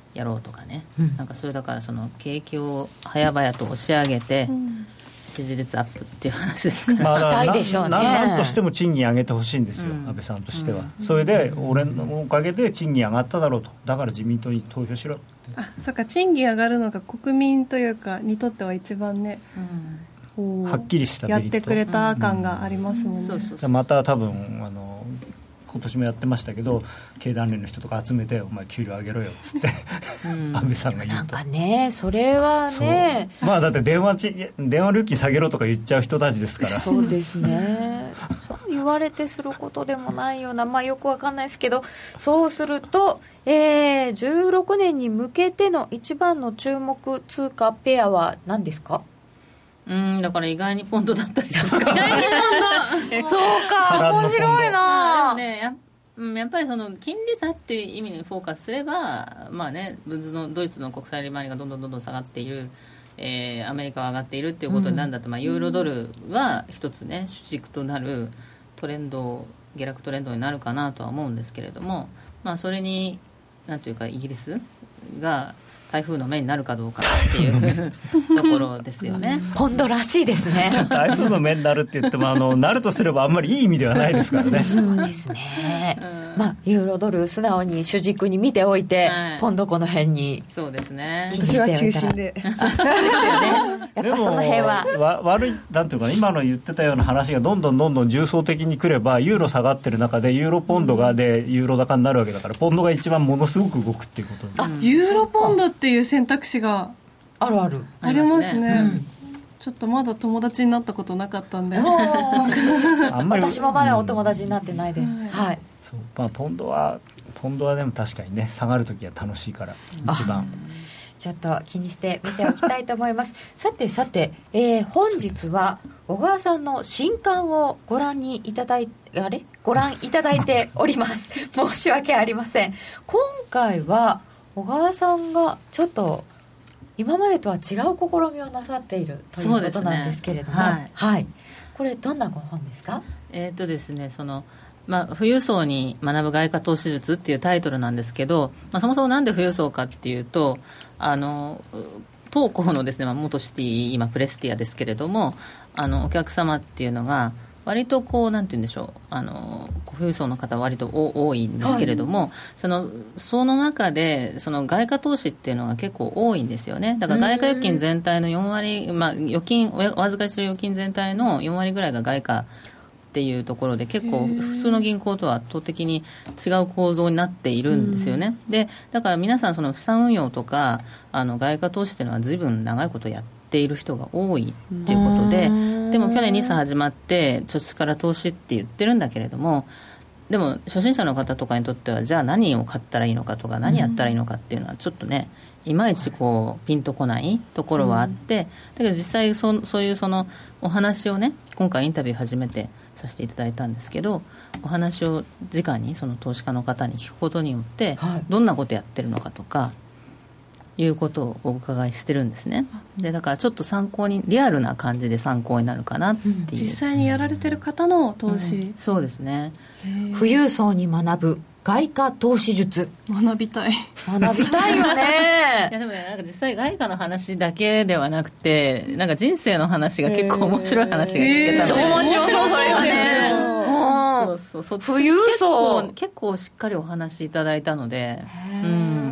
やろうとかね、 うん、 なんかそれだからその景気を早々と押し上げて、うん支持率アップっていう話ですから、 まあ、 したいでしょうね。 ななんとしても賃金上げてほしいんですよ、うん、安倍さんとしては、うん、それで俺のおかげで賃金上がっただろうと、だから自民党に投票しろって。 あ、そうか、賃金上がるのが国民というかにとっては一番ね、 うん、はっきりしたメリットやってくれた感がありますもんね、うん、 そうそうそう。 また多分あの今年もやってましたけど、経団連の人とか集めてお前給料上げろよっつって、うん、安倍さんが言うと、 なんかね、それはね、 まあだって電話ち電話料金下げろとか言っちゃう人たちですから。 そうですねそう言われてすることでもないような、まあよくわかんないですけど、そうすると、えー、じゅうろくねんに向けての一番の注目通貨ペアは何ですか？ うんだから意外にポンドだったりするか意外にポンドそうか、面白いな。 でもね、ややっぱりその金利差っていう意味にフォーカスすれば、まあね、のドイツの国債利回りがどんどんどんどん下がっている、えー、アメリカは上がっているっていうことになるんだと、うんまあ、ユーロドルは一つね主軸となるトレンド下落トレンドになるかなとは思うんですけれども、まあ、それになんというかイギリスが台風の目になるかどうかっていうところですよね。 ポンドらしいですね。 台風の目になるって言ってもあのなるとすればあんまりいい意味ではないですからね。 そうですね、うんまあ、ユーロドル素直に主軸に見ておいて、はい、ポンドこの辺にそうですね気にしておいたら、私は中心でそうですよね。やっぱその辺はわ悪いなんていうか、ね、今の言ってたような話がどんどんどんどん重層的に来ればユーロ下がってる中でユーロポンドがでユーロ高になるわけだから、ポンドが一番ものすごく動くっていうことで、 あユーロポンドっていう選択肢があるあるありますね、うん、ちょっとまだ友達になったことなかったんであんまり私もまだお友達になってないです、うんはいそうまあ、ポンドはポンドはでも確かにね下がるときは楽しいから一番ちょっと気にして見ておきたいと思いますさてさて、えー、本日は小川さんの新刊をご覧にいただいあれご覧いただいております申し訳ありません。今回は小川さんがちょっと今までとは違う試みをなさっているということなんですけれども、ねはいはい、これどんなご本ですか？ えーとですね、そのまあ、富裕層に学ぶ外貨投資術っていうタイトルなんですけど、まあ、そもそもなんで富裕層かっていうと、あの当行のですね、まあ、元シティ今プレスティアですけれども、あのお客様っていうのが割とこうなんて言うんでしょう、あの富裕層の方は割と多いんですけれども、はい、そのその中でその外貨投資っていうのが結構多いんですよね。だから外貨預金全体のよん割、まあ、預金お預かりする預金全体のよん割ぐらいが外貨っていうところで、結構普通の銀行とは圧倒的に違う構造になっているんですよね。でだから皆さんその資産運用とかあの外貨投資っていうのは随分長いことやっている人が多いっていうことで、でも去年ニーサ始まって貯蓄から投資って言ってるんだけれども、でも初心者の方とかにとってはじゃあ何を買ったらいいのかとか何やったらいいのかっていうのはちょっとねいまいちこうピンとこないところはあって、だけど実際 そ, そういうそのお話をね今回インタビュー初めてさせていただいたんですけど、お話を直にその投資家の方に聞くことによって、はい、どんなことやってるのかとかいうことをお伺いしてるんですね。でだからちょっと参考にリアルな感じで参考になるかなっていう、うん、 実際にやられてる方の投資、うん、 そうですね。 富裕層に学ぶ外貨投資術、 学びたい学びたいよねいやでもね、なんか実際外貨の話だけではなくて、なんか人生の話が結構面白い話が聞けたので、 面白そうそれはねそうそうそっち富裕層結構、結構しっかりお話しいただいたので、うん、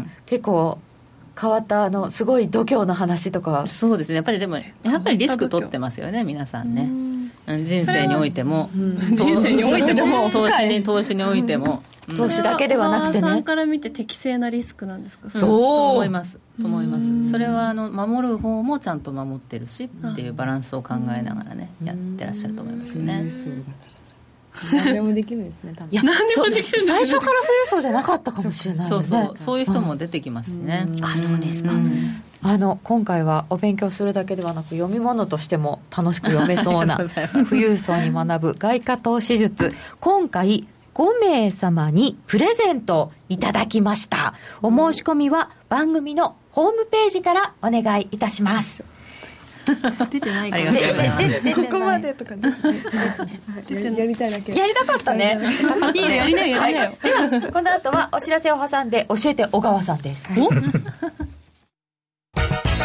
結構変わったあのすごい度胸の話とか。 そうですね、やっぱりでもやっぱりリスク取ってますよね皆さんね。うん、人生においても、 うん、人生においても投資に投資においても、 うん、投資だけではなくてね。 小川さんから見て適正なリスクなんですか？ うん、と思いますと思います。それはあの守る方もちゃんと守ってるしっていうバランスを考えながらねやってらっしゃると思いますよね。 何でもできるんですね多分。 いや何でもできる。最初から富裕層じゃなかったかもしれない、ね、 そうそうそういう人も出てきますね。 あ、そうですか。あの今回はお勉強するだけではなく読み物としても楽しく読めそうな富裕層に学ぶ外貨投資術、今回ごめい様にプレゼントいただきました。お申し込みは番組のホームページからお願いいたします。 出てないからここまでとかねやりたいだけやりたかったねいいね、やりなよやりなよ、 はい、ではこの後はお知らせを挟んで教えて小川さんです。 お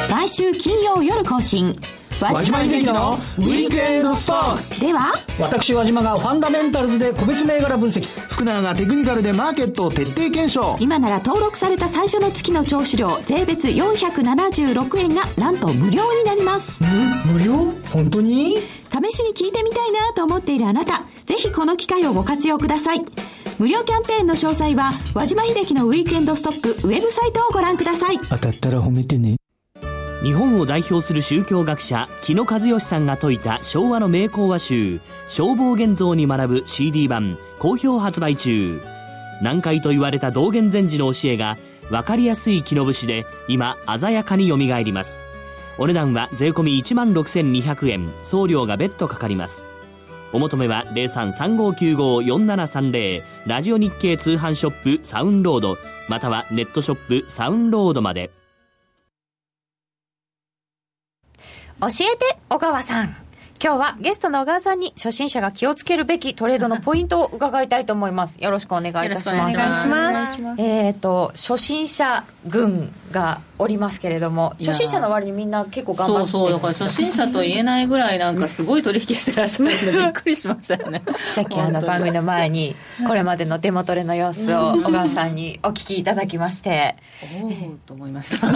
毎週金曜夜更新。 和島秀樹のウィークエンドストック。 では私和島がファンダメンタルズで個別銘柄分析、 福永がテクニカルでマーケットを徹底検証。 今なら登録された最初の月の聴取料税別よんひゃくななじゅうろくえんがなんと無料になります。 無料？本当に？ 試しに聞いてみたいなと思っているあなた、ぜひこの機会をご活用ください。無料キャンペーンの詳細は和島秀樹のウィークエンドストックウェブサイトをご覧ください。 当たったら褒めてね。 日本を代表する宗教学者木野和義さんが説いた昭和の名講話集正法現像に学ぶ シーディー 版好評発売中。難解と言われた道元禅師の教えが分かりやすい木の節で今鮮やかによみがえります。お値段は税込みいちまんろくせんにひゃくえん、送料が別途かかります。お求めは ゼロさん さんごきゅうご よんななさんゼロ ラジオ日経通販ショップサウンロードまたはネットショップサウンロードまで。 教えて小川さん。今日はゲストの小川さんに初心者が気をつけるべきトレードのポイントを伺いたいと思います。よろしくお願いいたします。 お願いします。 えっと初心者軍がおりますけれども、初心者の割にみんな結構頑張って、 そうそう、だから初心者と言えないぐらいなんかすごい取引してらっしゃるのでびっくりしましたよね。 さっきあの番組の前にこれまでのデモトレの様子を小川さんにお聞きいただきまして、 おおと思いました。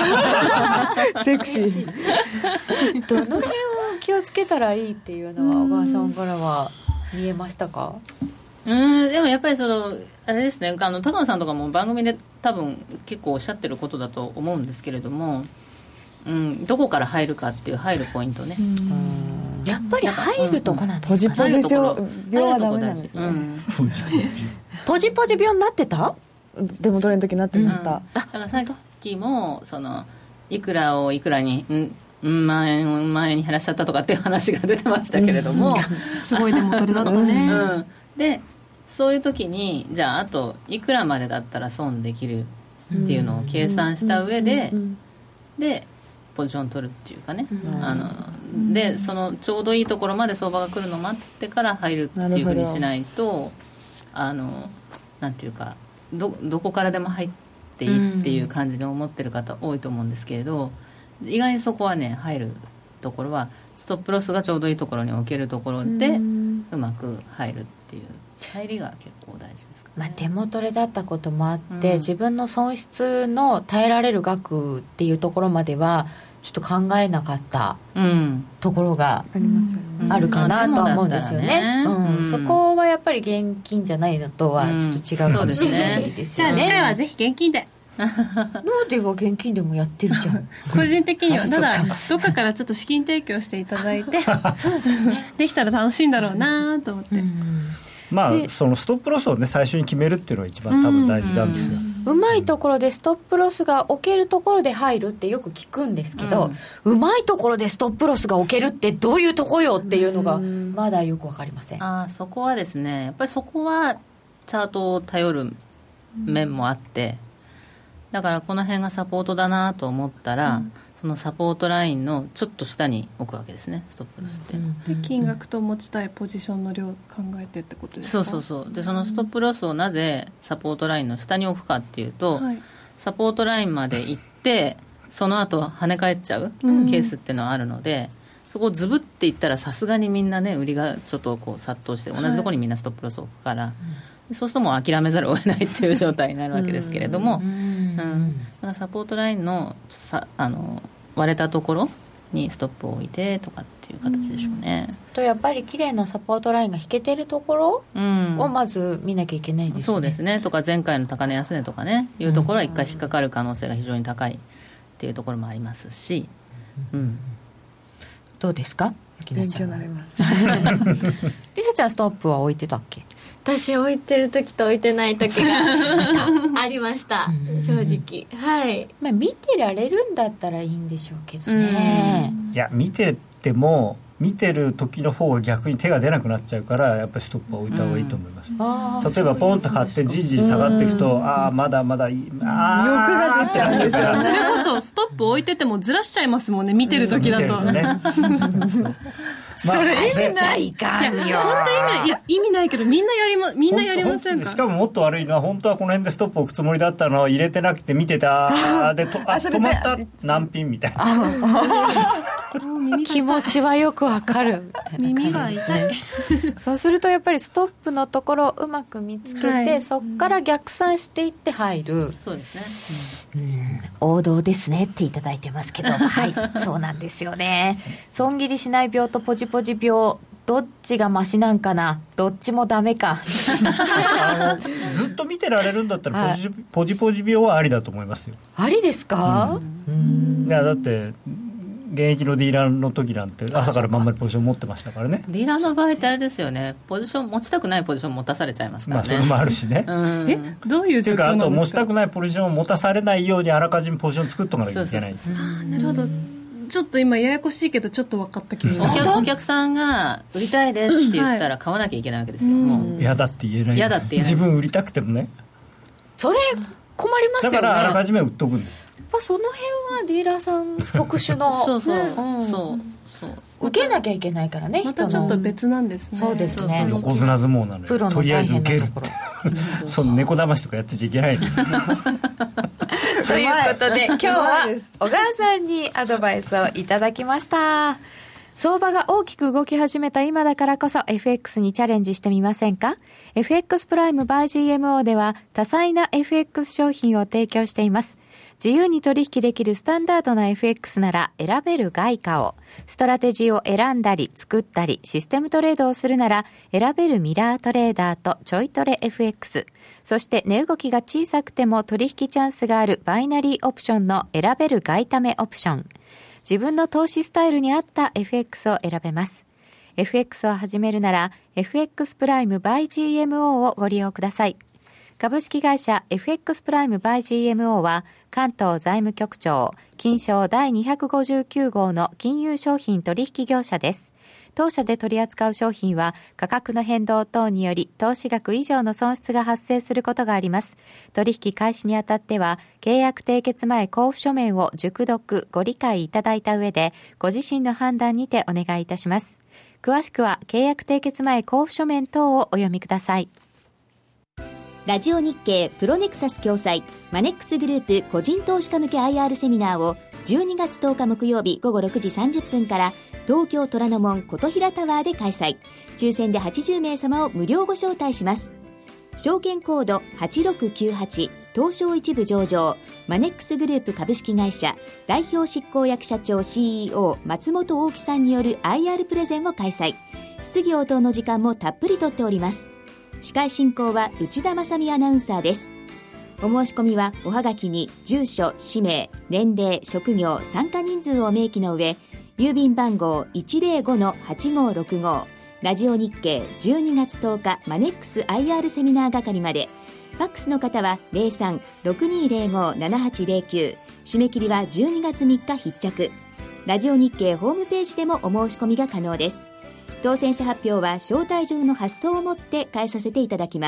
セクシー。 どの辺を気をつけたらいいっていうのは小川さんからは見えましたか？ うん、でもやっぱりそのあれですね、あの高野さんとかも番組で多分結構おっしゃってることだと思うんですけれども、うん、どこから入るかっていう入るポイントね。 うん、やっぱり入るとこなんですか？ ポジポジ病はダメなんですね。 うん、 ポジポジ病になってた？ でもどれの時になってました。 うん、だからさっきもそのいくらをいくらに、うんうん万円を万円に減らしちゃったとかっていう話が出てましたけれども、 すごいデモトレだったね。 うん、でそういう時にじゃああといくらまでだったら損できるっていうのを計算した上で、でポジション取るっていうかね、あのでそのちょうどいいところまで相場が来るのを待ってから入るっていうふうにしないと、あのなんていうか ど, どこからでも入っていいっていう感じに思ってる方多いと思うんですけれど、意外にそこはね入るところはストップロスがちょうどいいところに置けるところでうまく入るっていう入りが結構大事ですかね。 まあ、手元れだったこともあって、 うん、 自分の損失の耐えられる額っていうところまではちょっと考えなかったところがあるかなとは思うんですよね。うん、そこはやっぱり現金じゃないのとはちょっと違うかもしれないですよね。 じゃあ次回はぜひ現金で。 なんでは現金でもやってるじゃん。 個人的にはただどっかからちょっと資金提供していただいてそうですね、できたら楽しいんだろうなと思って、うん、 まあそのストップロスをね最初に決めるっていうのが一番多分大事なんですよ。 う, うまいところでストップロスが置けるところで入るってよく聞くんですけど、うん、うまいところでストップロスが置けるってどういうとこよっていうのがまだよく分かりません。 あ、そこはですね、やっぱりそこはチャートを頼る面もあって、だからこの辺がサポートだなと思ったら、うん、そのサポートラインのちょっと下に置くわけですね、ストップロスって、うん、 で金額と持ちたいポジションの量を考えてってことですか？ そうそうそう。でそのストップロスをなぜサポートラインの下に置くかっていうと、はい、サポートラインまで行ってその後跳ね返っちゃうケースっていうのはあるので、うん、そこをズブっていったらさすがにみんなね売りがちょっとこう殺到して同じところにみんなストップロスを置くから、はい、そうするともう諦めざるを得ないっていう状態になるわけですけれども、うんうん、だからサポートラインのさあの割れたところにストップを置いてとかっていう形でしょうね。 うんとやっぱり綺麗なサポートラインが引けてるところをまず見なきゃいけないですね、うん、 そうですね。とか前回の高値安値とかねいうところは一回引っかかる可能性が非常に高いっていうところもありますし、うんうん、 どうですか？ 勉強になります。 リサちゃんストップは置いてたっけ？ 私置いてる時と置いてない時がありました正直。はい、 まあ、見てられるんだったらいいんでしょうけどね。 いや見てても見てる時の方が逆に手が出なくなっちゃうからやっぱりストップは置いた方がいいと思います、うん、例えばポンと買ってじりじり下がっていくと、ああまだまだいい、ああってなっちゃうからそれこそストップ置いててもずらしちゃいますもんね見てる時だと、 ね、 まあ、 それしないかんよ。 いや本当意味ない、いや意味ないけどみんなやりまみんなやりませんか。 しかももっと悪いのは本当はこの辺でストップ置くつもりだったのを入れてなくて見てたでとあ止まった難品みたいな。 気持ちはよくわかるみたいな感じですね。そうするとやっぱりストップのところをうまく見つけて、はい、そこから逆算していって入る。 そうですね、 うん、王道ですねっていただいてますけどはいそうなんですよね。損切りしない病とポジポジ病どっちがマシなんかな。どっちもダメかあのずっと見てられるんだったらポジ、はい、ポジポジ病はありだと思いますよ。 ありですか、 うん、いやだって現役のディーラーの時なんて朝からまんまりポジション持ってましたからね。 ディーラーの場合ってあれですよね、ポジション持ちたくないポジション持たされちゃいますからね。 まあそれもあるしねえどういう状況なんですか。というかあと持ちたくないポジションを持たされないようにあらかじめポジション作っとかなきゃいけないんです。 ああなるほど。ちょっと今ややこしいけどちょっと分かった気が。 お客、お客さんが売りたいですって言ったら買わなきゃいけないわけですよ、はい、もう嫌だって言えない。 嫌だって言えない。 自分売りたくてもね。 それ困りますよね。 だからあらかじめ売っとくんです。 やっぱその辺はディーラーさん特殊のそうそう、 ね、うん、そうそう受けなきゃいけないからね。 またちょっと別なんですね。 そうですね。 横綱相撲なのよ。とりあえず受けるってその猫だましとかやってちゃいけないということで今日は小川さんにアドバイスをいただきました。相場が大きく動き始めた今だからこそ エフエックス にチャレンジしてみませんか。 エフエックス プライム by ジーエムオー では多彩な エフエックス 商品を提供しています。自由に取引できるスタンダードな エフエックス なら選べる外貨を、ストラテジーを選んだり作ったりシステムトレードをするなら選べるミラートレーダーとちょいトレ エフエックス、 そして値動きが小さくても取引チャンスがあるバイナリーオプションの選べる外為オプション。自分の投資スタイルに合った エフエックス を選べます。 エフエックス を始めるなら エフエックス プライム by ジーエムオー をご利用ください。株式会社 エフエックス プライム by ジーエムオー は関東財務局長金商第にひゃくごじゅうきゅう号の金融商品取引業者です。当社で取り扱う商品は価格の変動等により投資額以上の損失が発生することがあります。取引開始にあたっては契約締結前交付書面を熟読ご理解いただいた上でご自身の判断にてお願いいたします。詳しくは契約締結前交付書面等をお読みください。 ラジオ日経プロネクサス共催マネックスグループ個人投資家向け アイアール セミナーをじゅうにがつとおか木曜日午後ろくじさんじゅっぷんから東京虎ノ門琴平タワーで開催。抽選ではちじゅうめい様を無料ご招待します。証券コードはちろくきゅうはち東証一部上場マネックスグループ株式会社代表執行役社長 シーイーオー 松本大樹さんによる アイアール プレゼンを開催。質疑応答の時間もたっぷりとっております。司会進行は内田まさみアナウンサーです。お申し込みはおはがきに住所、氏名、年齢、職業、参加人数を明記の上、郵便番号 いちぜろごのはちごろくご ラジオ日経じゅうにがつとおかマネックス アイアール セミナー係まで。ファックスの方は ゼロさん ろくにゼロご ななはちゼロきゅう、締め切りはじゅうにがつみっか必着。ラジオ日経ホームページでもお申し込みが可能です。当選者発表は招待状の発送をもって返させていただきます。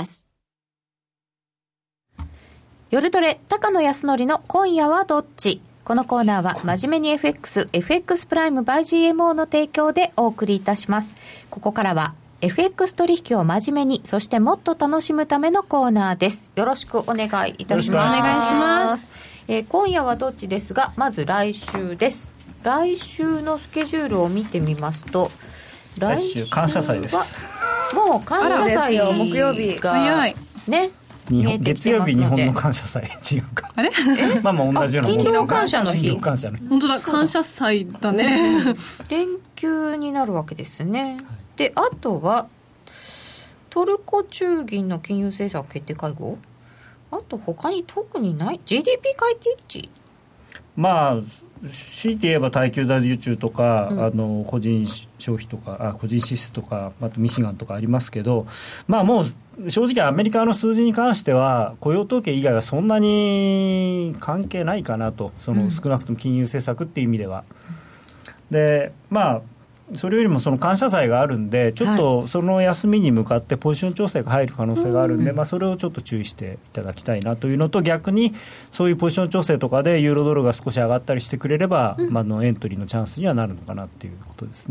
夜トレ高野康則の今夜はどっち。このコーナーは真面目に エフエックス エフエックス プライム by ジーエムオー の提供でお送りいたします。ここからは エフエックス 取引を真面目にそしてもっと楽しむためのコーナーです。よろしくお願いいたします。お願いします。えー、今夜はどっちですが、まず来週です。来週のスケジュールを見てみますと、 来週感謝祭です。 もう感謝祭が木曜日早いね。 日本月曜日日本の感謝祭違うかあれまあまあ同じようなもんです。 勤労感謝の日。 勤労感謝の日。 本当だ感謝祭だね連休になるわけですね、はい、であとはトルコ中銀の金融政策決定会合、あと他に特にない。 ジーディーピー 改定値、 まあ強いて言えば耐久財受注とか、うん、あの個人消費とかあ個人支出とかあとミシガンとかありますけど、まあもう正直アメリカの数字に関しては雇用統計以外はそんなに関係ないかなと、その少なくとも金融政策っていう意味では、うん、でまあそれよりもその感謝祭があるんでちょっとその休みに向かってポジション調整が入る可能性があるんで、まあ、それをちょっと注意していただきたいなというのと、逆にそういうポジション調整とかでユーロドルが少し上がったりしてくれれば、まあ、のエントリーのチャンスにはなるのかなっていうことですね。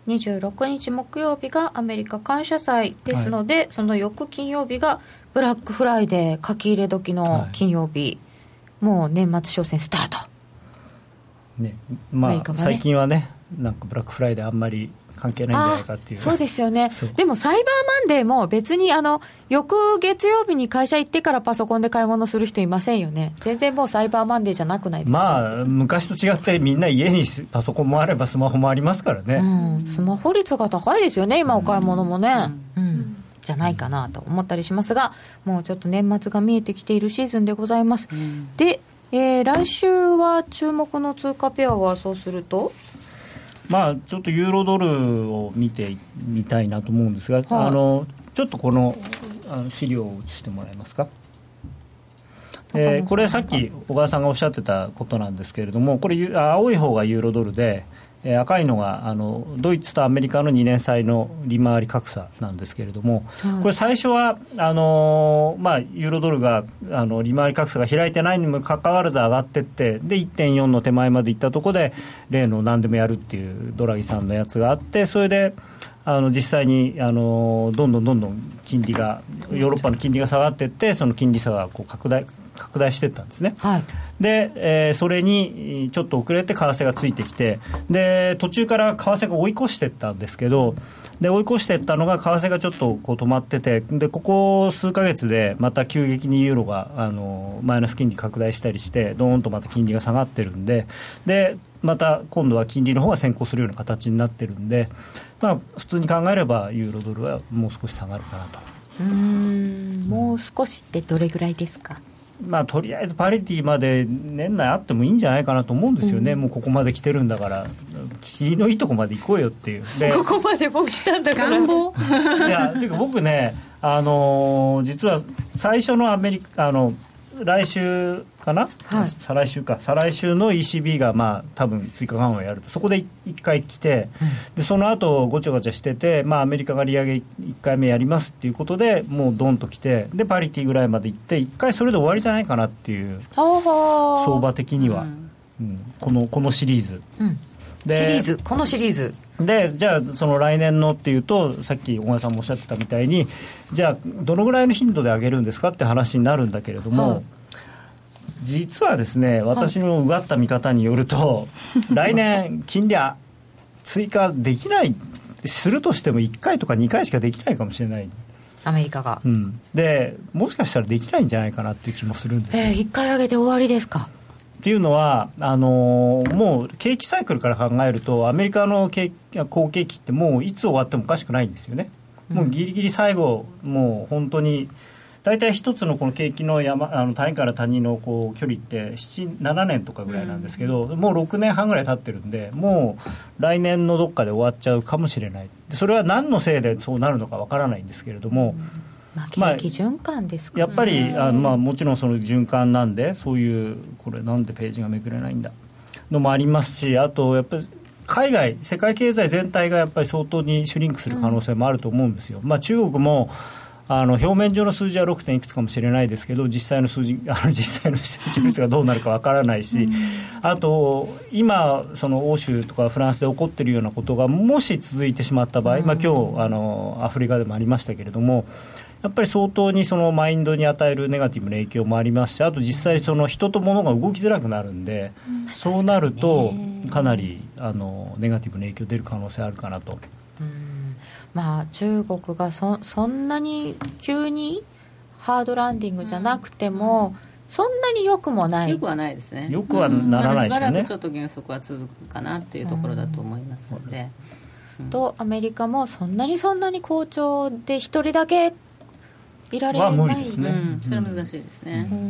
にじゅうろくにち木曜日がアメリカ感謝祭ですので、はい、その翌金曜日がブラックフライデー書き入れ時の金曜日、はい、もう年末商戦スタート、 ね、まあ、ね、最近はねなんかブラックフライデーあんまり関係ないんじゃないかっていう。 そうですよね。でもサイバーマンデーも別にあの翌月曜日に会社行ってからパソコンで買い物する人いませんよね。全然もうサイバーマンデーじゃなくないですか。 まあ昔と違ってみんな家にパソコンもあればスマホもありますからね、 うん、スマホ率が高いですよね今お買い物もね、うんうん、じゃないかなと思ったりしますが、もうちょっと年末が見えてきているシーズンでございます、うん、で、えー、来週は注目の通貨ペアはそうするとまあ、ちょっとユーロドルを見てみたいなと思うんですが、はい、あのちょっとこのあの資料を映してもらえますか。えー、これさっき小川さんがおっしゃってたことなんですけれども、これ青い方がユーロドルで、えー、赤いのがあのドイツとアメリカのにねん債の利回り格差なんですけれども、はい、これ最初はあのーまあ、ユーロドルがあの利回り格差が開いてないにもかかわらず上がっていって、で いってんよん の手前までいったところで例の何でもやるっていうドラギさんのやつがあって、それであの実際にあのどんどんどんどん金利がヨーロッパの金利が下がっていって、その金利差がこう拡大拡大していったんですね、はい、で、えー、それにちょっと遅れて為替がついてきて、で途中から為替が追い越していったんですけど、で追い越していったのが為替がちょっとこう止まってて、でここ数ヶ月でまた急激にユーロがあのマイナス金利拡大したりしてドーンとまた金利が下がってるんで、でまた今度は金利の方が先行するような形になってるんで、まあ、普通に考えればユーロドルはもう少し下がるかなと。 うーん、もう少しってどれぐらいですか。 まあ、とりあえずパリティまで年内あってもいいんじゃないかなと思うんですよね、うん、もうここまで来てるんだから霧のいいとこまで行こうよっていう。でここまでもう来たんだから願望いやていうか僕ね、あのー、実は最初のアメリカあの来週かな、はい、再来週か再来週の イーシービー がまあ多分追加緩和をやると、そこでいっかい来て、うん、でその後ごちゃごちゃしてて、まあ、アメリカが利上げいっかいめやりますっていうことでもうドンと来て、でパリティぐらいまで行っていっかいそれで終わりじゃないかなっていう相場的には、うんうん、このこのシリーズ、 うん、でシリーズこのシリーズでじゃあその来年のっていうと、さっき小川さんもおっしゃってたみたいに、じゃあどのぐらいの頻度で上げるんですかって話になるんだけれども、はい、実はですね、私のうがった見方によると、はい、来年金利は追加できない、するとしてもいっかいとかにかいしかできないかもしれない、 アメリカが、 うん、でもしかしたらできないんじゃないかなっていう気もするんですよ、 えー、いっかい上げて終わりですか。 っていうのはあのー、もう景気サイクルから考えるとアメリカの景好景気ってもういつ終わってもおかしくないんですよね、うん、もうギリギリ最後もう本当に大体一つのこの景気の山あの谷から谷のこう距離ってなな、ななねんとかぐらいなんですけど、うん、もうろくねんはんぐらい経ってるんで、もう来年のどっかで終わっちゃうかもしれない。それは何のせいでそうなるのかわからないんですけれども、うんまあ、景気循環ですかね、 やっぱりあ、まあ、もちろんその循環なんで、そういうこれなんでページがめくれないんだのもありますし、あとやっぱり海外世界経済全体がやっぱり相当にシュリンクする可能性もあると思うんですよ、うんまあ、中国もあの表面上の数字は ろく. 点いくつかもしれないですけど、実際の数字あの実際の成長率がどうなるかわからないし、うん、あと今その欧州とかフランスで起こっているようなことがもし続いてしまった場合、うんまあ、今日あのアフリカでもありましたけれども、やっぱり相当にそのマインドに与えるネガティブな影響もありますし、あと実際その人と物が動きづらくなるんで、うん、そうなるとかなりあのネガティブな影響出る可能性あるかなと。 うんまあ、中国が そ, そんなに急にハードランディングじゃなくても、うん、そんなによくもないよくはないですね。 よくはならないですよね、 うん、しばらくちょっと減速は続くかなっていうところだと思いますので、 うんうん、とアメリカもそんなにそんなに好調で一人だけいられない、 まあ、無理ですね、 うん、それは難しいですね、うんうん、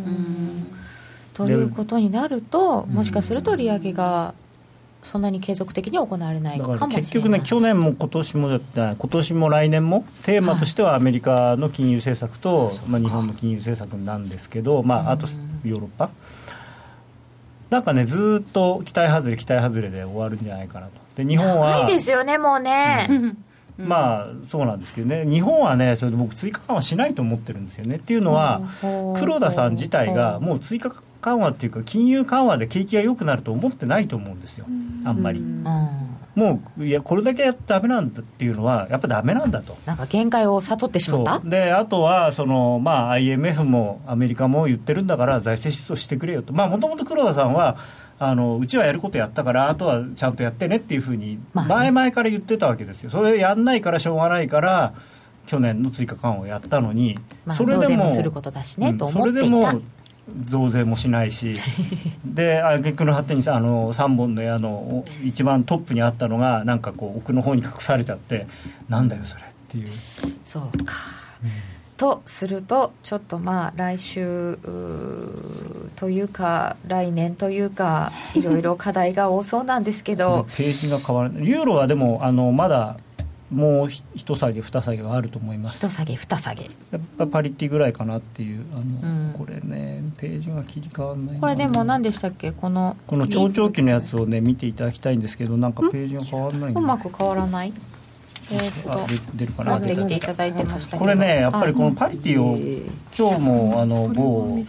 ということになると、もしかすると利上げがそんなに継続的に行われないかもしれない。だから結局ね、去年も今年も今年も来年もテーマとしてはアメリカの金融政策と、はいまあ、日本の金融政策なんですけど、まあ、あとヨーロッパなんかね、ずっと期待外れ期待外れで終わるんじゃないかなと。で日本はないですよねもうね、うんまあそうなんですけどね、日本はねそれで僕追加緩和しないと思ってるんですよね。っていうのは黒田さん自体がもう追加緩和っていうか金融緩和で景気が良くなると思ってないと思うんですよ、あんまり。 もういやこれだけやってダメなんだっていうのはやっぱダメなんだと、 なんか限界を悟ってしまった。 であとはその、まあ、アイエムエフ もアメリカも言ってるんだから財政出動してくれよと。もともと黒田さんはあのうちはやることやったからあとはちゃんとやってねっていうふうに前々から言ってたわけですよ。それやんないからしょうがないから去年の追加緩和をやったのに、 まあ、 それでも増税もすることだしね、うん、と思っていた。 それでも増税もしないしで挙句の果てにさあのさんぼんの矢の一番トップにあったのがなんかこう奥の方に隠されちゃってなんだよそれっていう。 そうか、うん、とするとちょっとまあ来週というか来年というかいろいろ課題が多そうなんですけどページが変わらない。ユーロはでもあのまだもう一下げ二下げはあると思います。 一下げ二下げやっぱパリティぐらいかなっていうあの、うん、これねページが切り替わらないな。 これでも何でしたっけ、このこの長長期のやつをね見ていただきたいんですけどなんかページが変わらないんで、 うまく変わらない。えー、と出るかな。 持ってきていただいてましたけどこれねやっぱりこのパリティを、はい、今日もあの某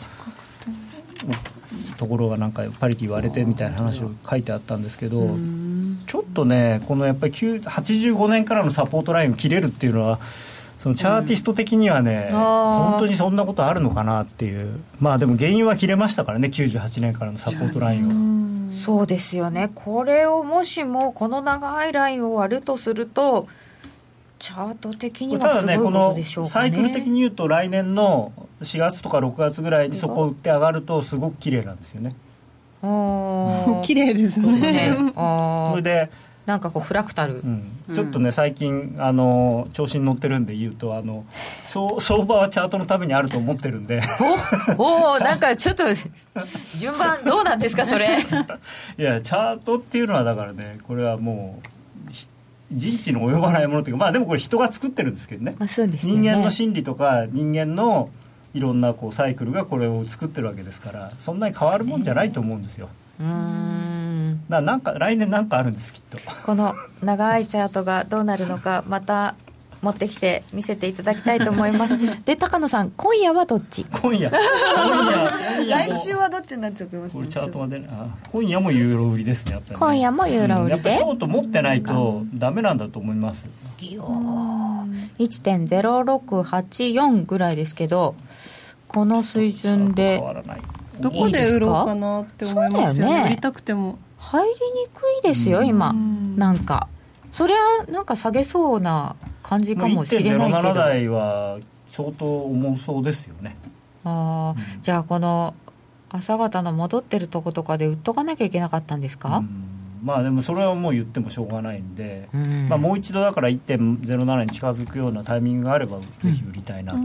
ところがなんかパリティ割れてみたいな話を書いてあったんですけど、ちょっとねこのやっぱりはちじゅうごねんからのサポートラインを切れるっていうのはそのチャーティスト的にはね、うん、本当にそんなことあるのかなっていう。まあでも原因は切れましたからねきゅうじゅうはちねんからのサポートラインを。 うんそうですよね。これをもしもこの長いラインを割るとするとチャート的にはすごいことでしょうかね。 ただねこのサイクル的に言うと来年のしがつとかろくがつぐらいにそこを打って上がるとすごく綺麗なんですよね。 綺麗ですね。 あそれでなんかこうフラクタル、 うん、ちょっとね最近あの調子に乗ってるんで言うとあの相場はチャートのためにあると思ってるんでおおなんかちょっと順番どうなんですかそれいやチャートっていうのはだからねこれはもう人知の及ばないものというかまあでもこれ人が作ってるんですけどね、 まあそうですよね、 人間の心理とか人間のいろんなこうサイクルがこれを作ってるわけですからそんなに変わるもんじゃないと思うんですよ。 うーんななんか来年なんかあるんですきっと。 この長いチャートがどうなるのかまた持ってきて見せていただきたいと思いますで高野さん今夜はどっち。 今夜今夜来週はどっちになっちゃってます、ね、 これチャートが出ない。あ今夜もユーロ売りですねやっぱりね。 今夜もユーロ売りで、うん、 やっぱショート持ってないとダメなんだと思います。 いってんゼロろくはちよんぐらいですけどこの水準で変わらない。 どこで売ろうかなって思いますよね。売りたくても入りにくいですよ今。なんかそりゃなんか下げそうな感じかもしれないけど いってんゼロなな台は相当重そうですよね。 あ、うん、じゃあこの朝方の戻ってるとことかで売っとかなきゃいけなかったんですか。うんまあでもそれはもう言ってもしょうがないんで、うんまあ、もう一度だから いってんゼロなな に近づくようなタイミングがあればぜひ売りたいなと、うん、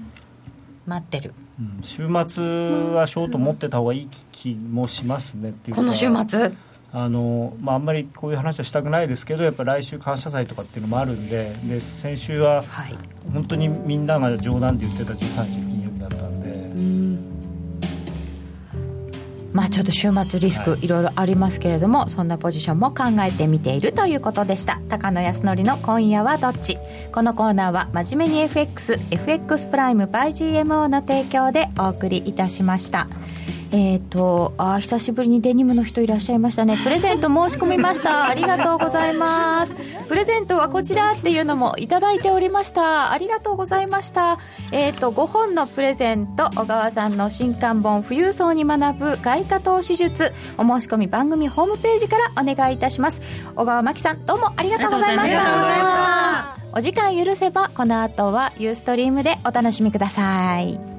待ってる、 うん、週末はショート持ってた方がいい気もしますね。っていうかこの週末あの、まあ、あんまりこういう話はしたくないですけどやっぱり来週感謝祭とかっていうのもあるん で, で先週は本当にみんなが冗談で言ってたじゅうさんにちの金曜日だったんで、うんまあ、ちょっと週末リスクいろいろありますけれども、はい、そんなポジションも考えてみているということでした。高野康則の今夜はどっち。このコーナーは真面目に エフエックス エフエックス プライム by ジーエムオー の提供でお送りいたしました。えーとあ久しぶりにデニムの人いらっしゃいましたね。プレゼント申し込みましたありがとうございます。プレゼントはこちらっていうのもいただいておりました。ありがとうございました。えーとごほんのプレゼント小川さんの新刊本富裕層に学ぶ外貨投資術お申し込み番組ホームページからお願いいたします。小川真紀さんどうもありがとうございました。お時間許せばこの後はユーストリームでお楽しみください。